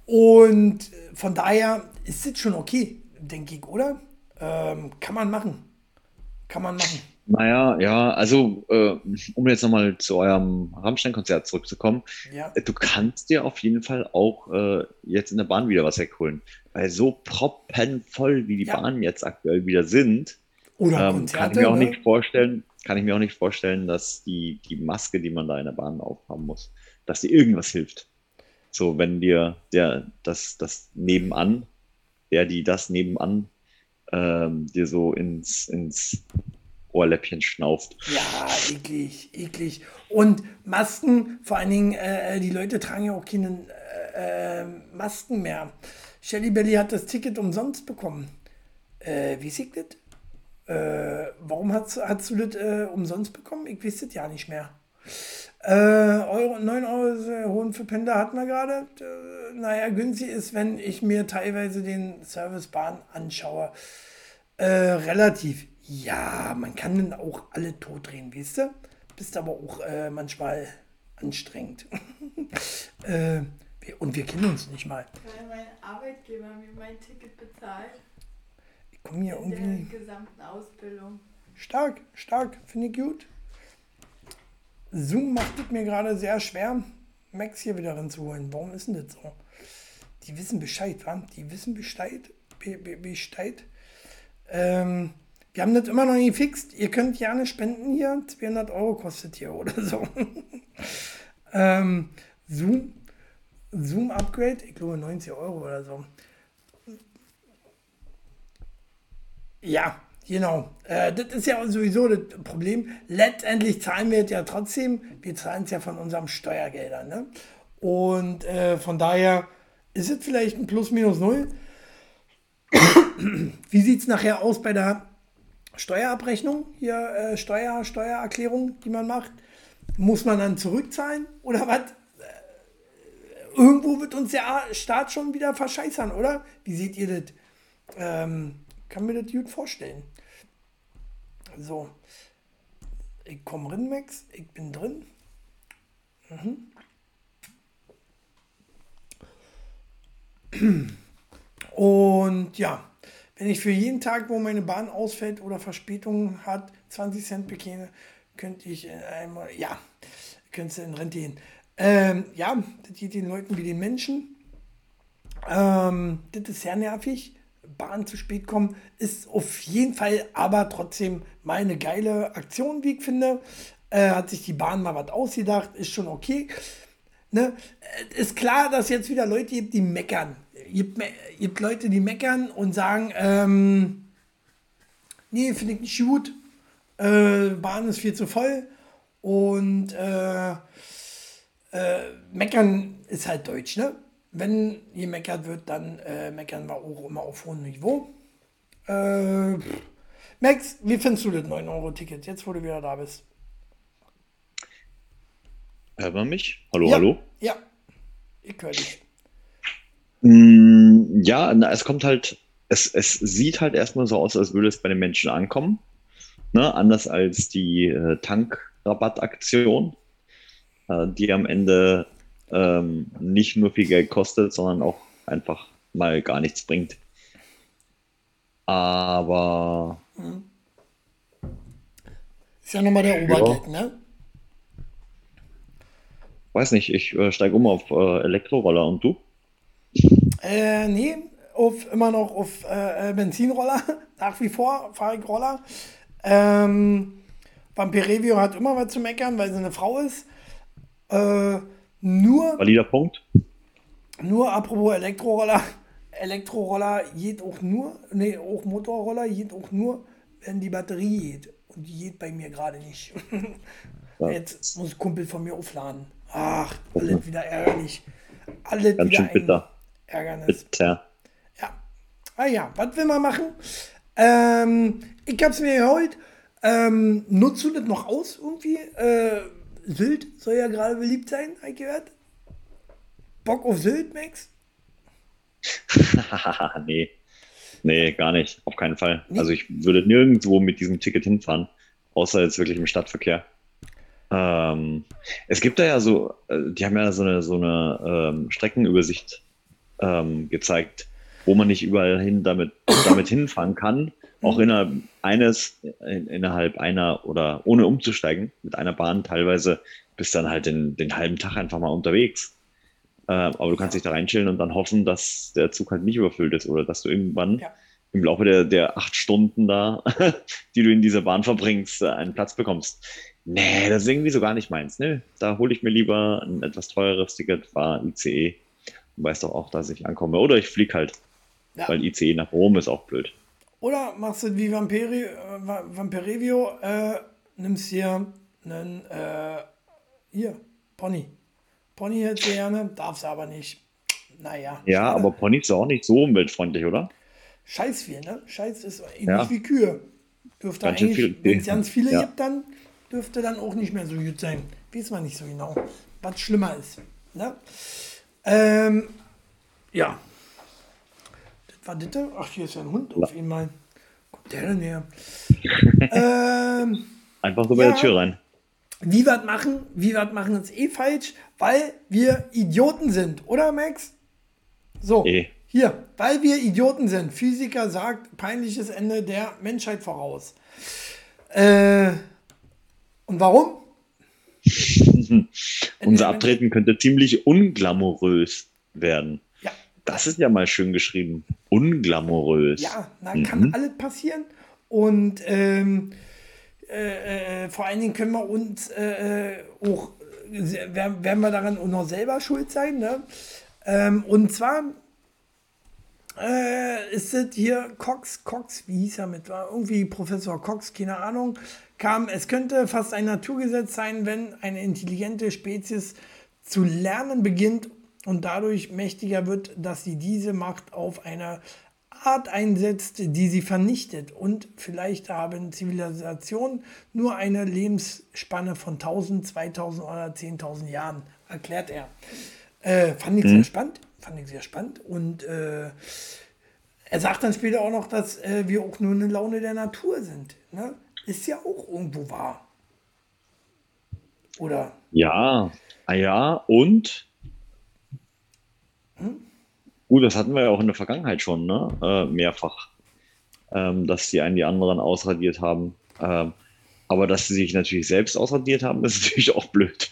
und von daher ist es schon okay, denke ich, oder? Ähm, kann man machen. Kann man machen. Naja, ja, also äh, um jetzt nochmal zu eurem Rammstein-Konzert zurückzukommen, Ja. du kannst dir auf jeden Fall auch äh, jetzt in der Bahn wieder was wegholen. Weil so proppenvoll, wie die Ja. Bahnen jetzt aktuell wieder sind, Oder ähm, Konzerte, kann ich mir auch ne? nicht vorstellen, kann ich mir auch nicht vorstellen, dass die, die Maske, die man da in der Bahn aufhaben muss, dass die irgendwas hilft. So, wenn dir der, das, das nebenan, der, die das nebenan ähm, dir so ins, ins Ohrläppchen schnauft. Ja, eklig, eklig. Und Masken, vor allen Dingen, äh, die Leute tragen ja auch keine äh, Masken mehr. Shelly Belly hat das Ticket umsonst bekommen. Äh, wie sieht das? Äh, warum hast, hast du das äh, umsonst bekommen? Ich weiß das ja nicht mehr. Äh, Euro, neun Euro Hohen für Pendler hatten wir gerade. Äh, naja, günstig ist, wenn ich mir teilweise den Servicebahn anschaue. Äh, relativ. Ja, man kann dann auch alle totdrehen, weißt du? Bist aber auch äh, manchmal anstrengend. äh, wir, und wir kennen uns nicht mal. Weil mein Arbeitgeber mir mein Ticket bezahlt. Ich komme hier in irgendwie. der gesamten Ausbildung. Stark, stark, finde ich gut. Zoom macht es mir gerade sehr schwer, Max hier wieder ranzuholen. Warum ist denn das so? Die wissen Bescheid, wa? Die wissen Bescheid. Be Be Bescheid. Ähm, wir haben das immer noch nie gefixt. Ihr könnt gerne spenden hier. zweihundert Euro kostet hier oder so. ähm, Zoom. Zoom Upgrade. Ich glaube neunzig Euro oder so. Ja. Genau, äh, das ist ja sowieso das Problem. Letztendlich zahlen wir es ja trotzdem. Wir zahlen es ja von unserem Steuergeldern. Ne? Und äh, von daher ist es vielleicht ein Plus minus null. Wie sieht es nachher aus bei der Steuerabrechnung? Hier äh, Steuer, Steuererklärung, die man macht. Muss man dann zurückzahlen oder was? Äh, irgendwo wird uns der Staat schon wieder verscheißern, oder? Wie seht ihr das? Ähm, kann mir das gut vorstellen. So, ich komme rein, Max, ich bin drin. Mhm. Und ja, wenn ich für jeden Tag, wo meine Bahn ausfällt oder Verspätung hat, zwanzig Cent bekäme, könnte ich einmal, ja, könnte in Rente gehen. Ähm, ja, das geht den Leuten wie den Menschen. Ähm, das ist sehr nervig. Bahn zu spät kommen ist auf jeden Fall aber trotzdem mal eine geile Aktion, wie ich finde. Äh, hat sich die Bahn mal was ausgedacht, ist schon okay. Ne? Äh, Ist klar, dass jetzt wieder Leute gibt, die meckern. Gibt, me gibt Leute, die meckern und sagen, ähm, nee, finde ich nicht gut. Äh, Bahn ist viel zu voll. Und äh, äh, meckern ist halt Deutsch, ne? Wenn gemeckert wird, dann äh, meckern wir auch immer auf hohem Niveau. Äh, Max, wie findest du das neun Euro Ticket, jetzt wo du wieder da bist? Hört man mich? Hallo, Ja, hallo? ja, ich höre dich. Mm, ja, na, es kommt halt, es, es sieht halt erstmal so aus, als würde es bei den Menschen ankommen. Ne? Anders als die äh, Tankrabattaktion, äh, die am Ende ähm, nicht nur viel Geld kostet, sondern auch einfach mal gar nichts bringt. Aber Ist ja nochmal der ja, Obergag, ne? weiß nicht, ich äh, steige um auf äh, Elektroroller und du? Äh, nee, auf, immer noch auf äh, äh, Benzinroller. Nach wie vor fahre ich Roller. Ähm, Vampirevio hat immer was zu meckern, weil sie eine Frau ist. Äh, nur, Valider Punkt. nur apropos Elektroroller. Elektroroller geht auch nur, nee, auch Motorroller geht auch nur, wenn die Batterie geht. Und die geht bei mir gerade nicht. Ja, Jetzt muss ein Kumpel von mir aufladen. Ach, okay. alles wieder ärgerlich. Alles Ganz wieder schön ein bitter. Ärgernis. Bitter. Ja. Ah ja, was will man machen? Ähm, ich hab's mir geholt. Ähm, nutzt du das noch aus irgendwie? Äh, Sylt soll ja gerade beliebt sein, habe ich gehört. Bock auf Sylt, Max? Nee, nee, gar nicht. Auf keinen Fall. Nee. Also ich würde nirgendwo mit diesem Ticket hinfahren, außer jetzt wirklich im Stadtverkehr. Ähm, es gibt da ja so, äh, die haben ja so eine, so eine ähm, Streckenübersicht ähm, gezeigt, wo man nicht überall hin damit, damit hinfahren kann, auch innerhalb eines, in, innerhalb einer oder ohne umzusteigen, mit einer Bahn teilweise bist dann halt den, den halben Tag einfach mal unterwegs. Äh, aber du kannst Ja, dich da reinchillen und dann hoffen, dass der Zug halt nicht überfüllt ist oder dass du irgendwann ja. im Laufe der, der acht Stunden da, die du in dieser Bahn verbringst, äh, einen Platz bekommst. Nee, das ist irgendwie so gar nicht meins. Ne? Da hole ich mir lieber ein etwas teureres Ticket, fahre I C E und weiß doch auch, dass ich ankomme. Oder ich fliege halt, Ja. weil I C E nach Rom ist auch blöd. Oder machst du wie Vampiri, äh, Va- Vampirevio, äh, nimmst hier einen, äh, hier, Pony. Pony hätte sie gerne, darfst aber nicht. Naja, Ja, aber schade. Pony ist ja auch nicht so umweltfreundlich, oder? Scheiß viel, ne? Scheiß ist ähnlich Ja, wie Kühe. Dürfte ganz schön eigentlich, viel. wenn es ganz viele Ja, gibt, dann dürfte dann auch nicht mehr so gut sein. Weiß man nicht so genau, was schlimmer ist. Ne? Ähm, ja, das war das. Ach, hier ist ja ein Hund auf einmal. Kommt der denn her? Ähm, einfach so bei der ja, Tür rein. wie wir machen, wie wir machen ist eh falsch, weil wir Idioten sind, oder Max? So, Eh. hier, weil wir Idioten sind. Physiker sagt, peinliches Ende der Menschheit voraus. Äh, und warum? Ende Unser der Menschheit? Abtreten könnte ziemlich unglamourös werden. Ja, Das ist ja mal schön geschrieben. Unglamourös. ja, na, kann alles passieren. Und ähm, äh, äh, vor allen Dingen können wir uns äh, äh, auch, äh, werden, werden wir daran auch noch selber schuld sein. Ne? Ähm, und zwar äh, ist das hier Cox, Cox, wie hieß er mit, war irgendwie Professor Cox, keine Ahnung, kam, es könnte fast ein Naturgesetz sein, wenn eine intelligente Spezies zu lernen beginnt und dadurch mächtiger wird, dass sie diese Macht auf eine Art einsetzt, die sie vernichtet. Und vielleicht haben Zivilisationen nur eine Lebensspanne von tausend, zweitausend oder zehntausend Jahren, erklärt er. Äh, fand ich sehr spannend. Fand ich sehr spannend. Und äh, Er sagt dann später auch noch, dass äh, wir auch nur eine Laune der Natur sind. Ne? Ist ja auch irgendwo wahr. Oder? Ja, ah ja, und gut, das hatten wir ja auch in der Vergangenheit schon, ne? Äh, mehrfach, ähm, dass die einen die anderen ausradiert haben. Ähm, aber dass sie sich natürlich selbst ausradiert haben, ist natürlich auch blöd.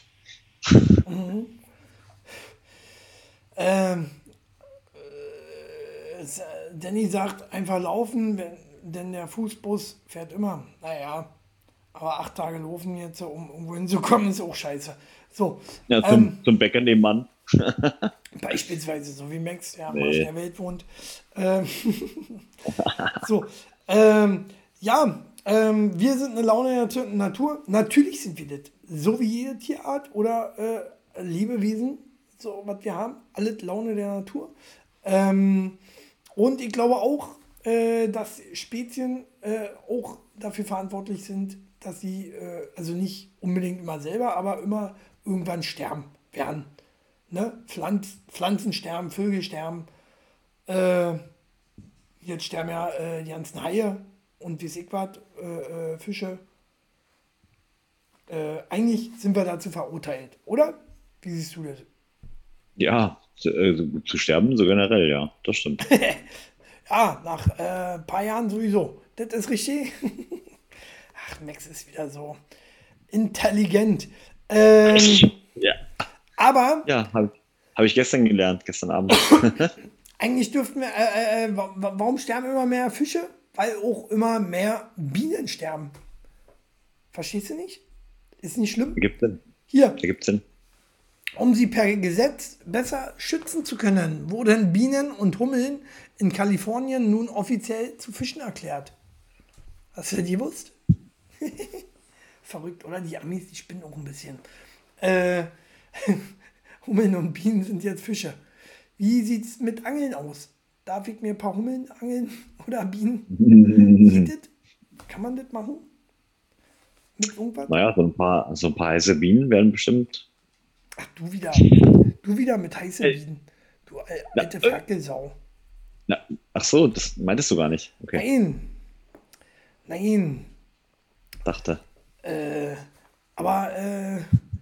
Ähm, es, äh, Danny sagt, einfach laufen, wenn, denn der Fußbus fährt immer. Naja, aber acht Tage laufen jetzt, um irgendwo hinzukommen, ist auch scheiße. So, Ja, zum, ähm, zum Bäcker nebenan. beispielsweise, so wie Max, der am Nee. Arsch der Welt wohnt. Ähm, so, ähm, ja, ähm, wir sind eine Laune der Natur. Natürlich sind wir das. So wie jede Tierart oder äh, Lebewesen, so was wir haben. Alles Laune der Natur. Ähm, und ich glaube auch, äh, dass Spezien äh, auch dafür verantwortlich sind, dass sie, äh, also nicht unbedingt immer selber, aber immer irgendwann sterben werden. Ne? Pflanz, Pflanzen sterben, Vögel sterben. Äh, jetzt sterben ja äh, die ganzen Haie und wie ich was, äh, äh, Fische. Äh, eigentlich sind wir dazu verurteilt, oder? Wie siehst du das? Ja, zu, äh, zu sterben, so generell, ja, das stimmt. Ja, nach äh, ein paar Jahren sowieso. Das ist richtig. Ach, Max ist wieder so intelligent. Ähm, Ja, aber ja habe hab ich gestern gelernt, gestern Abend. eigentlich dürften wir, äh, äh, wa- wa- warum sterben immer mehr Fische? Weil auch immer mehr Bienen sterben. Verstehst du nicht? Ist nicht schlimm? Ergibt Sinn. Hier, Ergibt Sinn. um sie per Gesetz besser schützen zu können, wurden Bienen und Hummeln in Kalifornien nun offiziell zu Fischen erklärt. Hast du das gewusst? Verrückt, oder? Die Amis, die spinnen auch ein bisschen. Äh, Hummeln und Bienen sind jetzt Fische. Wie sieht es mit Angeln aus? Darf ich mir ein paar Hummeln angeln oder Bienen? Geht das? Kann man das machen? Mit irgendwas? Naja, so ein paar, so ein paar heiße Bienen werden bestimmt. Ach, du wieder. Du wieder mit heißen Äh, Bienen. Du al- Na, alte äh. Fackelsau. Na, ach so, das meintest du gar nicht. Okay, Nein. Nein. dachte. Äh, aber äh,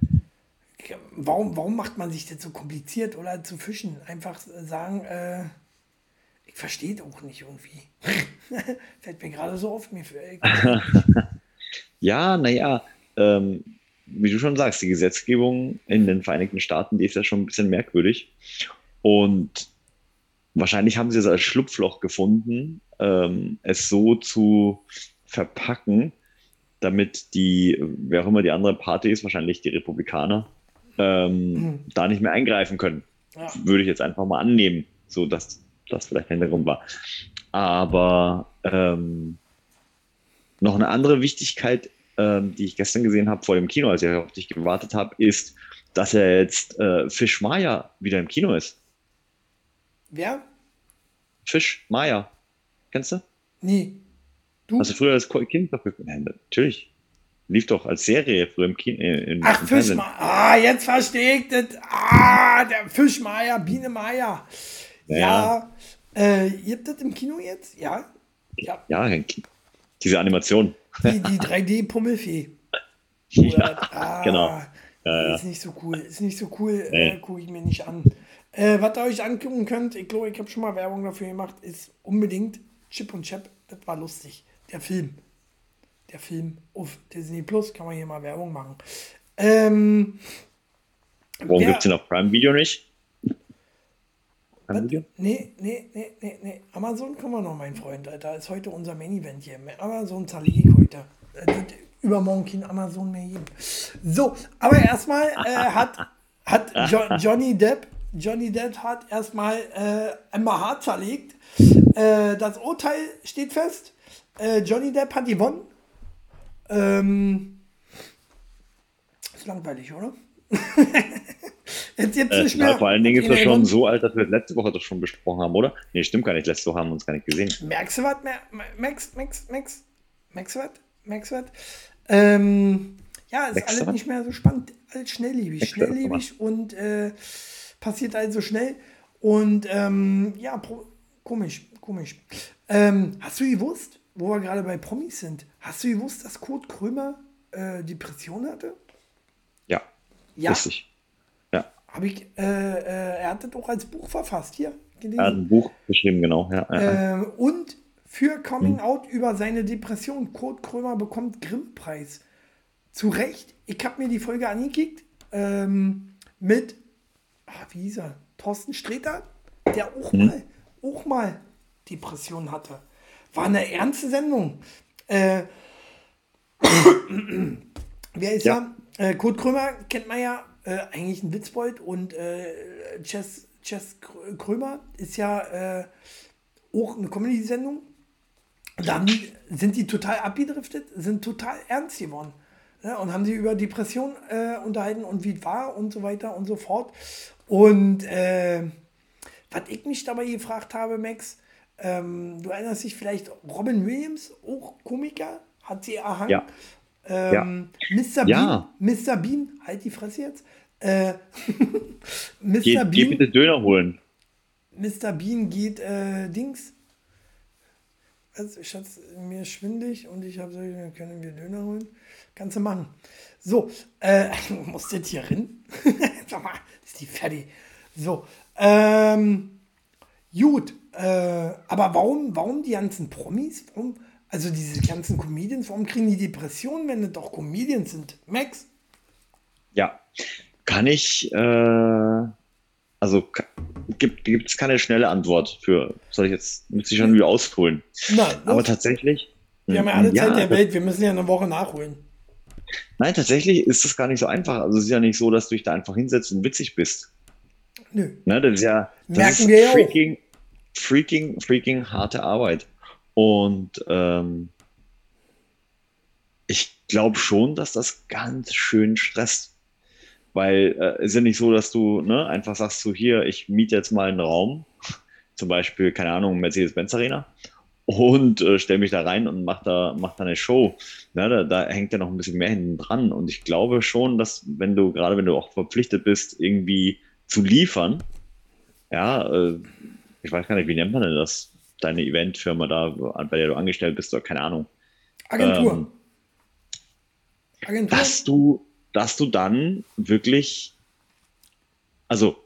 warum, warum macht man sich das so kompliziert oder zu fischen? Einfach sagen, äh, ich verstehe es auch nicht irgendwie. Fällt mir gerade so auf. Mir, ich verstehe es nicht. Ja, naja, ähm, wie du schon sagst, die Gesetzgebung in den Vereinigten Staaten, die ist ja schon ein bisschen merkwürdig. Und wahrscheinlich haben sie es als Schlupfloch gefunden, ähm, es so zu verpacken, damit die, wer auch immer die andere Party ist, wahrscheinlich die Republikaner, ähm, da nicht mehr eingreifen können. Ja. Würde ich jetzt einfach mal annehmen, so dass das vielleicht der Hintergrund war. Aber ähm, noch eine andere Wichtigkeit, ähm, die ich gestern gesehen habe vor dem Kino, als ich auf dich gewartet habe, ist, dass er jetzt äh, Fisch Maya wieder im Kino ist. Wer? Fisch Maya. Kennst du? Nee. Du? Hast du früher als Ko- Kind doch geguckt? Nein, natürlich. Lief doch als Serie früher im Kino. Äh, im, Ach, im Fernsehen. Fischmeier. Ah, jetzt verstehe ich das. Ah, der Fischmeier, Biene Meier. Ja. Ja. Äh, ihr habt das im Kino jetzt? Ja. Ja. Ja, diese Animation. Die, die drei D-Pummelfee. Ja, Ah, genau. Ja, ja. Ist nicht so cool. Ist nicht so cool. Nee. Äh, Gucke ich mir nicht an. Äh, was ihr euch angucken könnt, ich glaube, ich habe schon mal Werbung dafür gemacht, ist unbedingt Chip und Chap. Das war lustig. Der Film. Der Film auf Disney Plus. Kann man hier mal Werbung machen. Ähm, Warum wer- gibt es den auf Prime Video nicht? Prime Was? Video? Nee, nee, nee, nee, nee. Amazon können wir noch, mein Freund. Da ist heute unser Main-Event hier. Amazon zerlege ich heute. Es wird übermorgen kein Amazon mehr geben. So, aber erstmal äh, hat, hat jo Johnny Depp, Johnny Depp hat erstmal äh, Amber Hart zerlegt. Äh, das Urteil steht fest. Äh, Johnny Depp hat gewonnen. Ähm, ist langweilig, oder? Jetzt gibt's Äh, nicht ja, mehr. vor allen Dingen ist Hat das einer schon gewonnen. so alt, dass wir das letzte Woche doch schon besprochen haben, oder? Nee, stimmt gar nicht. Letzte Woche haben wir uns gar nicht gesehen. Merkst du was? Mer- Max, Max, Max, Max, was? Max, was? Ähm, ja, ist Max, alles was? nicht mehr so spannend. Alles schnelllebig. Max, was? Schnelllebig und äh, passiert also schnell. Und ähm, ja, pro, komisch. Komisch. Ähm, hast du gewusst, wo wir gerade bei Promis sind, hast du gewusst, dass Kurt Krömer äh, Depression hatte? Ja, Ja, richtig. Ja, habe ich, äh, äh, er hat das auch als Buch verfasst, hier, er hat gelesen. ein Buch geschrieben, genau. Ja, ja, ja. Ähm, und für Coming Hm. Out über seine Depression. Kurt Krömer bekommt Grimm-Preis. Zu Recht. Ich habe mir die Folge angekickt ähm, mit, ah, wie hieß er? Thorsten Sträter, der auch Hm. mal, auch mal Depression hatte. War eine ernste Sendung. Äh, wer ist Ja, er? Äh, Kurt Krömer kennt man ja, äh, eigentlich ein Witzbold und äh, Chess, Chess Krö- Krömer ist ja äh, auch eine Comedy-Sendung. Da haben die, sind die total abgedriftet, sind total ernst geworden. Ne? Und haben sich über Depressionen äh, unterhalten und wie es war und so weiter und so fort. Und äh, was ich mich dabei gefragt habe, Max, ähm, du erinnerst dich vielleicht, Robin Williams, auch Komiker, hat sie erhangen. ja, ja, Ähm, Mister Bean, ja. Mister Bean, halt die Fresse jetzt. Äh, Mister Geh, geh Bean, bitte Döner holen. Mister Bean geht äh, Dings. Also, Schatz, mir ist schwindelig und ich habe so, dann können wir Döner holen. Kannst du machen. So, äh, muss das hier rein? Sag mal, ist die fertig. So, ähm, gut, äh, aber warum, warum die ganzen Promis? Warum, also diese ganzen Comedians, warum kriegen die Depressionen, wenn das doch Comedians sind? Max? Ja, kann ich, äh, also ka- gibt es keine schnelle Antwort für, soll ich jetzt, müsste ich schon wieder ausholen. Na, Aber los. tatsächlich, Wir haben ja mm, alle Zeit ja, der das, Welt, wir müssen ja eine Woche nachholen. nein, tatsächlich ist das gar nicht so einfach. Also es ist ja nicht so, dass du dich da einfach hinsetzt und witzig bist. Nö, Ne, das ist ja, das merken ist wir ja auch. freaking, freaking, freaking harte Arbeit. Und ähm, ich glaube schon, dass das ganz schön stresst. Weil äh, es ist ja nicht so, dass du ne, einfach sagst, so hier, ich miete jetzt mal einen Raum, zum Beispiel, keine Ahnung, Mercedes-Benz Arena, und äh, stelle mich da rein und mach da, mach da eine Show. Ja, da, da hängt ja noch ein bisschen mehr hinten dran. Und ich glaube schon, dass wenn du, gerade wenn du auch verpflichtet bist, irgendwie zu liefern, ja, äh, ich weiß gar nicht, wie nennt man denn das? Deine Eventfirma da, bei der du angestellt bist, oder keine Ahnung. Agentur. Ähm, Agentur? dass du, dass du dann wirklich, also,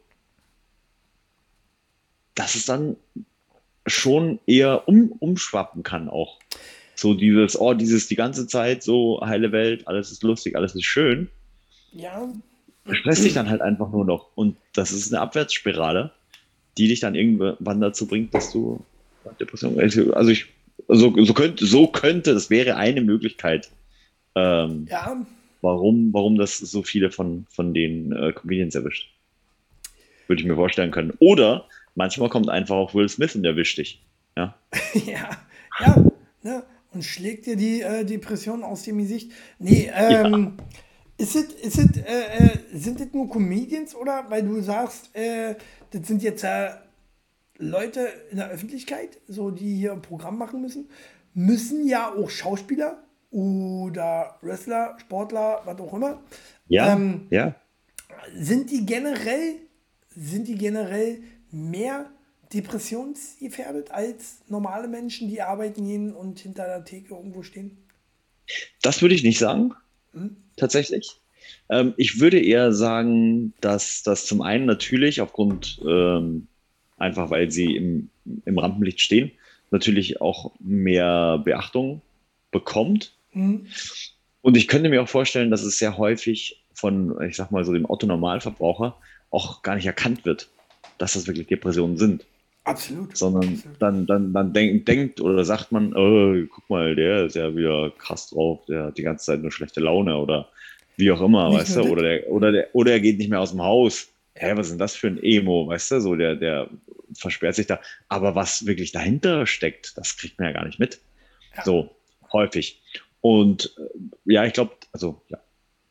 dass es dann schon eher um, umschwappen kann auch. So dieses, oh, dieses die ganze Zeit so heile Welt, alles ist lustig, alles ist schön, Ja, stresst dich dann halt einfach nur noch. Und das ist eine Abwärtsspirale, die dich dann irgendwann dazu bringt, dass du Depression, also ich, so, so könnte, so könnte, das wäre eine Möglichkeit, ähm, ja, warum, warum das so viele von, von den äh, Comedians erwischt. Würde ich mir vorstellen können. Oder manchmal kommt einfach auch Will Smith und erwischt dich. Ja, ja, ja, ne? Und schlägt dir die äh, Depression aus dem Gesicht. Nee, ja, ähm, ist es, ist es, äh, äh, sind das nur Comedians oder weil du sagst, äh, das sind jetzt äh, Leute in der Öffentlichkeit, so die hier ein Programm machen müssen, müssen ja auch Schauspieler oder Wrestler, Sportler, was auch immer, ja, ähm, ja. sind die generell, sind die generell mehr depressionsgefährdet als normale Menschen, die arbeiten gehen und hinter der Theke irgendwo stehen? Das würde ich nicht sagen, Hm? tatsächlich. Ähm, ich würde eher sagen, dass das zum einen natürlich aufgrund, ähm, einfach weil sie im, im Rampenlicht stehen, natürlich auch mehr Beachtung bekommt. Hm? Und ich könnte mir auch vorstellen, dass es sehr häufig von, ich sag mal so, dem Otto-Normalverbraucher auch gar nicht erkannt wird, dass das wirklich Depressionen sind. Absolut. Sondern Absolut. dann, dann, dann denk, denkt oder sagt man, oh, guck mal, der ist ja wieder krass drauf, der hat die ganze Zeit nur schlechte Laune oder wie auch immer, Nicht weißt nur du, das. oder der, oder der, oder er geht nicht mehr aus dem Haus. Hä, Ja. was ist denn das für ein Emo, weißt du, so der, der versperrt sich da. Aber was wirklich dahinter steckt, das kriegt man ja gar nicht mit. Ja. So, häufig. Und äh, ja, ich glaube, also ja,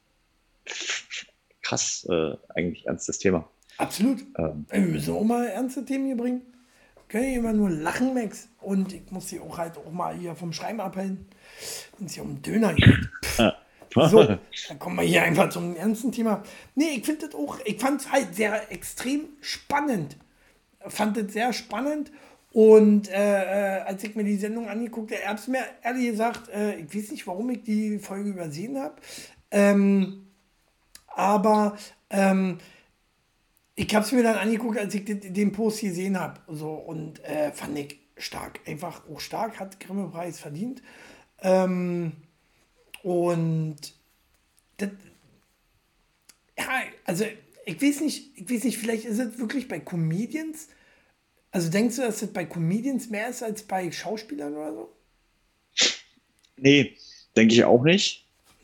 krass, äh, eigentlich ernstes Thema. Absolut. Ähm, Ey, wir müssen auch mal ernste Themen hier bringen. Können ja immer nur lachen, Max. Und ich muss sie auch halt auch mal hier vom Schreiben abhalten, wenn es hier um Döner geht. äh, So, dann kommen wir hier einfach zum ernsten Thema. Nee, ich finde das auch, ich fand es halt sehr extrem spannend. Fand es sehr spannend Und äh, äh, als ich mir die Sendung angeguckt habe, habe ich mir ehrlich gesagt, äh, ich weiß nicht, warum ich die Folge übersehen habe, ähm, aber ähm, ich habe es mir dann angeguckt, als ich den, den Post gesehen habe. So, und äh, fand ich stark. Einfach auch stark, hat Grimme-Preis verdient. Ähm, und das, ja, also ich weiß nicht, ich weiß nicht, vielleicht ist es wirklich bei Comedians. Also denkst du, dass das bei Comedians mehr ist als bei Schauspielern oder so? Nee, denke ich auch nicht.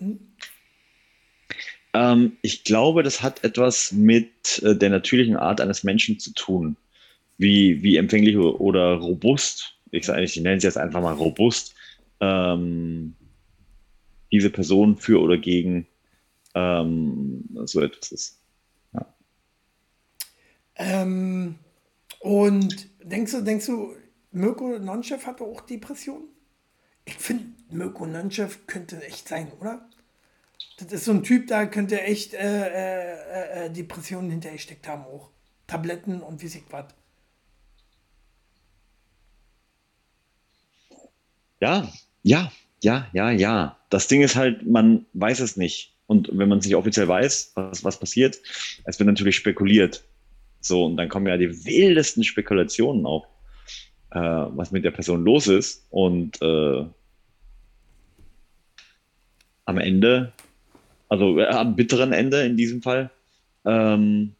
Ähm, ich glaube, das hat etwas mit äh, der natürlichen Art eines Menschen zu tun. Wie, wie empfänglich o- oder robust, ich, sag- ich nenne es jetzt einfach mal robust, ähm, diese Person für oder gegen ähm, so etwas ist. Ja. Ähm, und denkst du, denkst du, Mirko Nonchev hatte auch Depressionen? Ich finde, Mirko Nonchev könnte echt sein, oder? Das ist so ein Typ, da könnte echt äh, äh, äh, Depressionen hintergesteckt haben auch. Tabletten und wie sich was. Ja, ja, ja, ja, ja. Das Ding ist halt, man weiß es nicht. Und wenn man es nicht offiziell weiß, was, was passiert, es wird natürlich spekuliert. So, und dann kommen ja die wildesten Spekulationen auf, äh, was mit der Person los ist. Und äh, am Ende, also äh, am bitteren Ende in diesem Fall, ähm,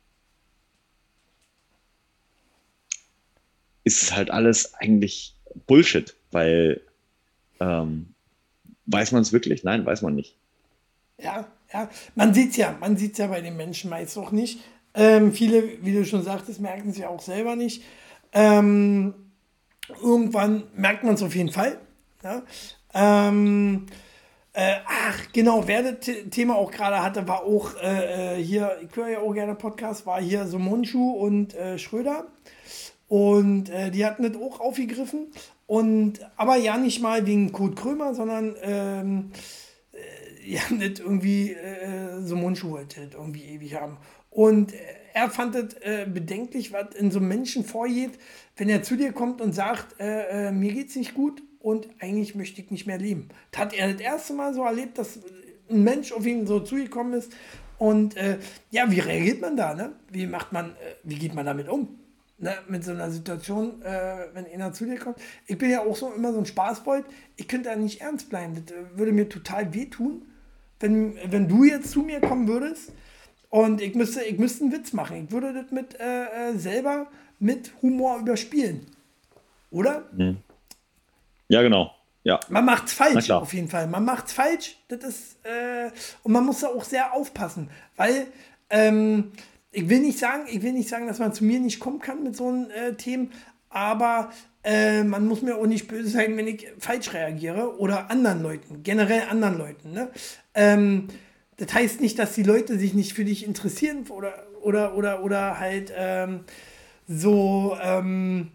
ist es halt alles eigentlich Bullshit, weil ähm, weiß man es wirklich? Nein, weiß man nicht. Ja, ja. Man sieht es ja, man sieht ja bei den Menschen meist auch nicht. Ähm, viele, wie du schon sagtest, merken es ja auch selber nicht. Ähm, irgendwann merkt man es auf jeden Fall. Ja? Ähm, äh, ach, genau, wer das The- Thema auch gerade hatte, war auch äh, äh, hier, ich höre ja auch gerne Podcast, war hier so Monschu und äh, Schröder. Und äh, die hatten das auch aufgegriffen. Und aber ja nicht mal wegen Kurt Krömer, sondern ähm, ja, nicht irgendwie äh, so Mundschuhe halt irgendwie ewig haben. Und äh, er fand es äh, bedenklich, was in so einem Menschen vorgeht, wenn er zu dir kommt und sagt, äh, äh, mir geht's nicht gut und eigentlich möchte ich nicht mehr leben. Das hat er das erste Mal so erlebt, dass ein Mensch auf ihn so zugekommen ist. Und äh, ja, wie reagiert man da? Ne? Wie macht man, äh, wie geht man damit um? Ne, mit so einer Situation, äh, wenn einer zu dir kommt. Ich bin ja auch so immer so ein Spaßbold. Ich könnte da nicht ernst bleiben. Das äh, würde mir total wehtun, wenn, wenn du jetzt zu mir kommen würdest und ich müsste, ich müsste einen Witz machen. Ich würde das mit äh, äh, selber mit Humor überspielen. Oder? Mhm. Ja, genau. Ja, Man macht's na falsch, klar. auf jeden Fall. Man macht's falsch. Das ist, äh, und man muss da auch sehr aufpassen. Weil, ähm, ich will nicht sagen, ich will nicht sagen, dass man zu mir nicht kommen kann mit so einem äh, Themen, aber äh, man muss mir auch nicht böse sein, wenn ich falsch reagiere oder anderen Leuten, generell anderen Leuten. Ne? Ähm, das heißt nicht, dass die Leute sich nicht für dich interessieren oder, oder, oder, oder halt ähm, so, ähm,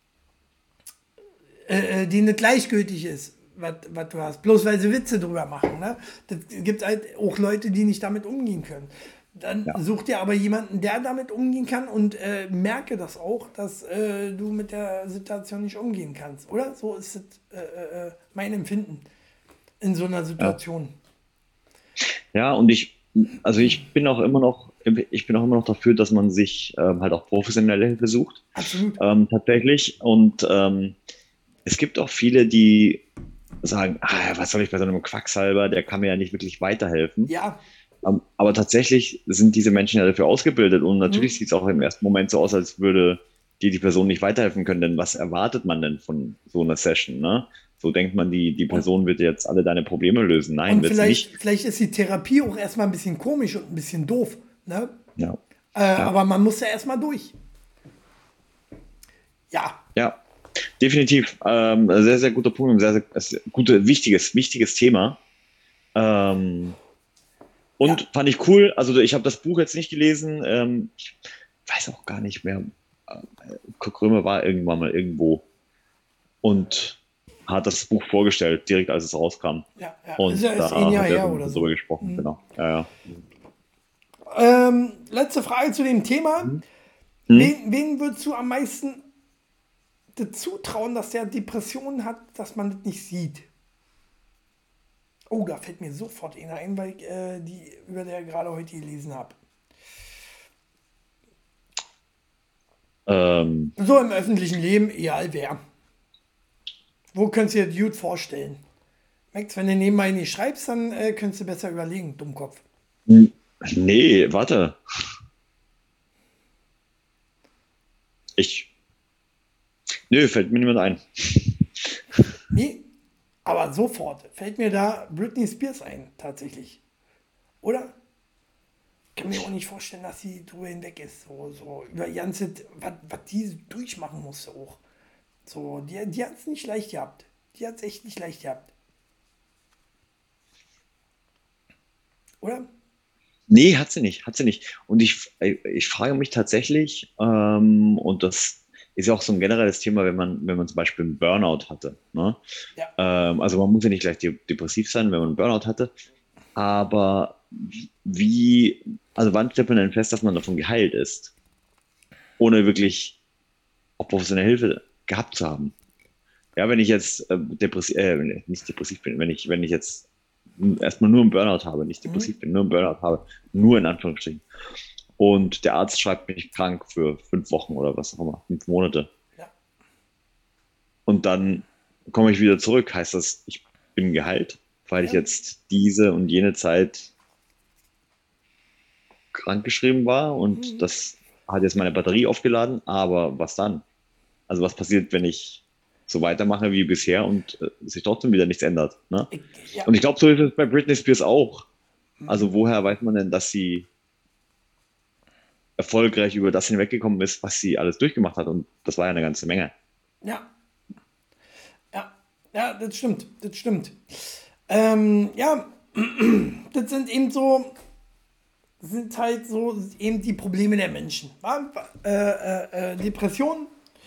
äh, äh, denen das gleichgültig ist, was was du hast. Bloß weil sie Witze drüber machen. Ne? Das gibt halt auch Leute, die nicht damit umgehen können. Dann Ja. such dir aber jemanden, der damit umgehen kann und äh, merke das auch, dass äh, du mit der Situation nicht umgehen kannst, oder? So ist es äh, äh, mein Empfinden in so einer Ja. Situation. Ja, und ich, also ich bin auch immer noch, ich bin auch immer noch dafür, dass man sich ähm, halt auch professionelle Hilfe sucht, Absolut. ähm, tatsächlich. Und ähm, es gibt auch viele, die sagen, ah, was soll ich bei so einem Quacksalber, der kann mir ja nicht wirklich weiterhelfen. Ja, Ähm, aber tatsächlich sind diese Menschen ja dafür ausgebildet und natürlich sieht es auch im ersten Moment so aus, als würde dir die Person nicht weiterhelfen können, denn was erwartet man denn von so einer Session, ne? So denkt man, die, die Person wird jetzt alle deine Probleme lösen. Nein, und wird sie vielleicht, nicht. vielleicht ist die Therapie auch erstmal ein bisschen komisch und ein bisschen doof. Ne? Ja, Äh, ja, aber man muss ja erstmal durch. Ja, ja, definitiv. Ähm, sehr, sehr guter Punkt und sehr, sehr, sehr gute, wichtiges, wichtiges Thema. Ähm, ja. und fand ich cool. Also ich habe das Buch jetzt nicht gelesen. Ähm, ich weiß auch gar nicht mehr. Äh, Kurt Krömer war irgendwann mal irgendwo und hat das Buch vorgestellt, direkt als es rauskam. Ja, ja. Ist Und ja ist ein da Jahr hat er her so ein oder bisschen so. drüber gesprochen. Genau. Ja, ja. Ähm, letzte Frage zu dem Thema. Mhm. Mhm. Wen, wen würdest du am meisten das zutrauen, dass der Depressionen hat, dass man das nicht sieht. Oh, da fällt mir sofort einer ein, weil ich äh, die über der gerade heute gelesen habe. Ähm, So im öffentlichen Leben, egal wer. Wo könntest du dir das gut vorstellen? Max, wenn du nebenbei nicht schreibst, dann äh, könntest du besser überlegen, Dummkopf. nee, warte. Ich. Nö, fällt mir niemand ein. Nee, aber sofort fällt mir da Britney Spears ein, tatsächlich. Oder? Ich kann mir auch nicht vorstellen, dass sie drüber hinweg ist. So, so über die ganze, was, was die durchmachen musste auch. So, die, die hat es nicht leicht gehabt. Die hat es echt nicht leicht gehabt. Oder? Nee, hat sie nicht, hat sie nicht. Und ich, ich frage mich tatsächlich, ähm, und das ist ja auch so ein generelles Thema, wenn man, wenn man zum Beispiel einen Burnout hatte. Ne? Ja. Ähm, also man muss ja nicht gleich de depressiv sein, wenn man einen Burnout hatte. Aber wie, also wann stellt man denn fest, dass man davon geheilt ist? Ohne wirklich auch professionelle Hilfe gehabt zu haben. Ja, wenn ich jetzt äh, depressiv, äh, nicht depressiv bin, wenn ich, wenn ich jetzt erstmal nur einen Burnout habe, nicht depressiv bin, nur einen Burnout habe, nur in Anführungsstrichen. Und der Arzt schreibt mich krank für fünf Wochen oder was auch immer, fünf Monate. Ja. Und dann komme ich wieder zurück. Heißt das, ich bin geheilt, weil ich Ja. jetzt diese und jene Zeit krankgeschrieben war und Mhm. das hat jetzt meine Batterie aufgeladen, aber was dann? Also was passiert, wenn ich so weitermache wie bisher und äh, sich trotzdem wieder nichts ändert? Ne? Ich, ja. Und ich glaube, so ist es bei Britney Spears auch. Mhm. Also woher weiß man denn, dass sie erfolgreich über das hinweggekommen ist, was sie alles durchgemacht hat? Und das war ja eine ganze Menge. Ja. Ja, ja, das stimmt, das stimmt. Ähm, ja, das sind eben so, sind halt so eben die Probleme der Menschen. wa? Äh, äh, äh, Depressionen.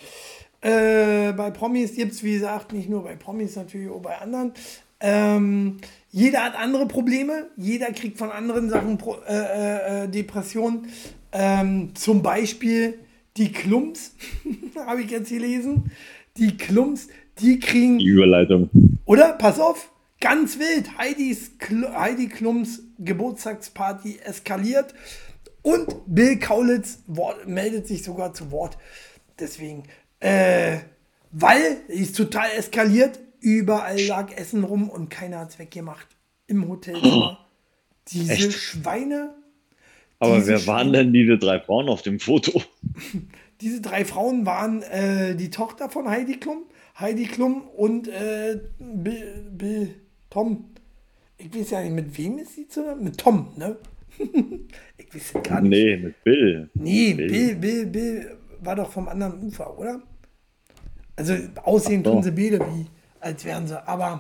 Äh, bei Promis gibt es, wie gesagt, nicht nur bei Promis, natürlich auch bei anderen. Ähm, jeder hat andere Probleme, jeder kriegt von anderen Sachen Pro, äh, äh, Depressionen. Ähm, zum Beispiel die Klumps, habe ich jetzt gelesen. Die Klumps, die kriegen, Die Überleitung. oder? Pass auf, ganz wild. Heidis, Kl Heidi Klums Geburtstagsparty eskaliert und Bill Kaulitz Wort, meldet sich sogar zu Wort. Deswegen, äh, weil die ist total eskaliert. Überall lag Essen rum und keiner hat es weggemacht. Im Hotelzimmer. Diese Echt? Schweine. Aber Diese wer waren Schweine- denn diese drei Frauen auf dem Foto? Diese drei Frauen waren äh, die Tochter von Heidi Klum, Heidi Klum und äh, Bill, Bill, Tom. Ich weiß ja nicht, mit wem ist sie zusammen? Mit Tom, ne? Ich weiß es gar nicht. Nee, mit Bill. Nee, Bill. Bill, Bill, Bill war doch vom anderen Ufer, oder? Also aussehen Ach so. tun sie beide wie, als wären sie. Aber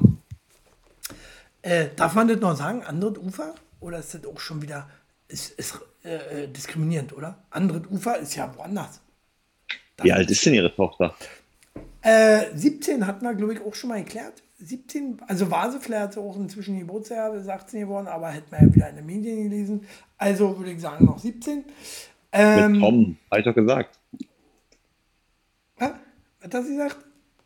äh, darf man das noch sagen, anderes Ufer? Oder ist das auch schon wieder ist, ist, äh, äh, diskriminierend, oder? Anderes Ufer ist ja woanders. Wie alt ist denn ihre Tochter? Äh, siebzehn hatten wir, glaube ich, auch schon mal erklärt. siebzehn, also war sie, vielleicht hat sie auch inzwischen Geburtstag, ist achtzehn geworden, aber hätten wir ja wieder in den Medien gelesen. Also würde ich sagen, noch siebzehn. Ähm, Mit Tom, habe ich doch gesagt. hä? Was hat sie gesagt?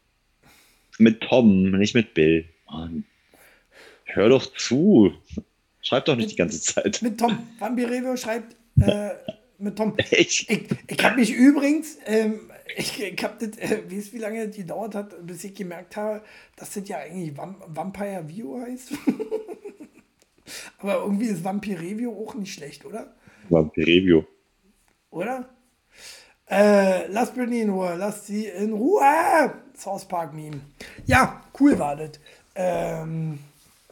Mit Tom, nicht mit Bill. Mann. Hör doch zu. Schreib doch nicht die ganze Zeit. Mit Tom. Vampirevio schreibt äh, mit Tom. Echt? Ich, ich habe mich übrigens, ähm, ich, ich habe das, äh, weißt du, wie lange das gedauert hat, bis ich gemerkt habe, dass das ja eigentlich Vamp Vampire View heißt. Aber irgendwie ist Vampirevio auch nicht schlecht, oder? Vampirevio. Oder? Äh, lass Britney in Ruhe, lass sie in Ruhe. South Park Meme. Ja, cool war das. Ähm,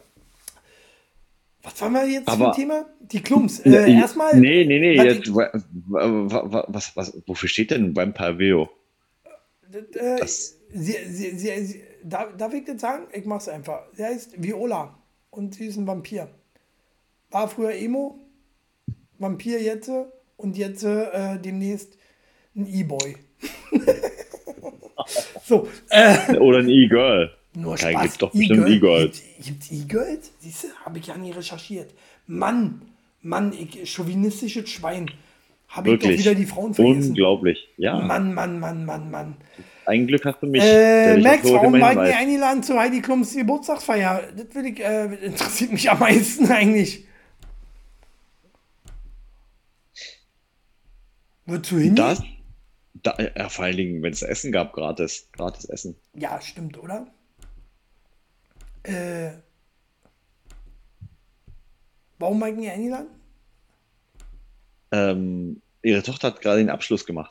was waren wir jetzt für Aber- ein Thema? Die Klumps. Äh, Nee, erstmal. Nee, nee, nee. was Jetzt, ich- wa- wa- wa- was, was, wofür steht denn Vampirevio? Äh, Das- sie, sie, sie, sie, darf, darf ich das sagen? Ich mach's einfach. Sie heißt Viola und sie ist ein Vampir. War früher Emo, Vampir jetzt und jetzt äh, demnächst ein E-Boy. so, äh, Oder ein E-Girl. nur Ja, Spaß. gibt doch bestimmt E-Girls. Gibt es E-Girls? Siehst du, habe ich ja nie recherchiert. Mann, Mann, ich, chauvinistisches Schwein. Habe ich doch Wirklich. wieder die Frauen vergessen. Unglaublich. Ja. Mann, Mann, Mann, Mann, Mann. ein Glück hast du mich. der Äh, dich Max, auf so warum immerhin war ich weiß. nicht eingeladen zu Heidi Klums Geburtstagsfeier? Das will ich, äh, interessiert mich am meisten eigentlich. Würdest du hingehen? Das, da, ja, vor allen Dingen, wenn es Essen gab, gratis. Gratis Essen. Ja, stimmt, oder? Äh, warum war ich nicht eingeladen? Ähm, ihre Tochter hat gerade den Abschluss gemacht.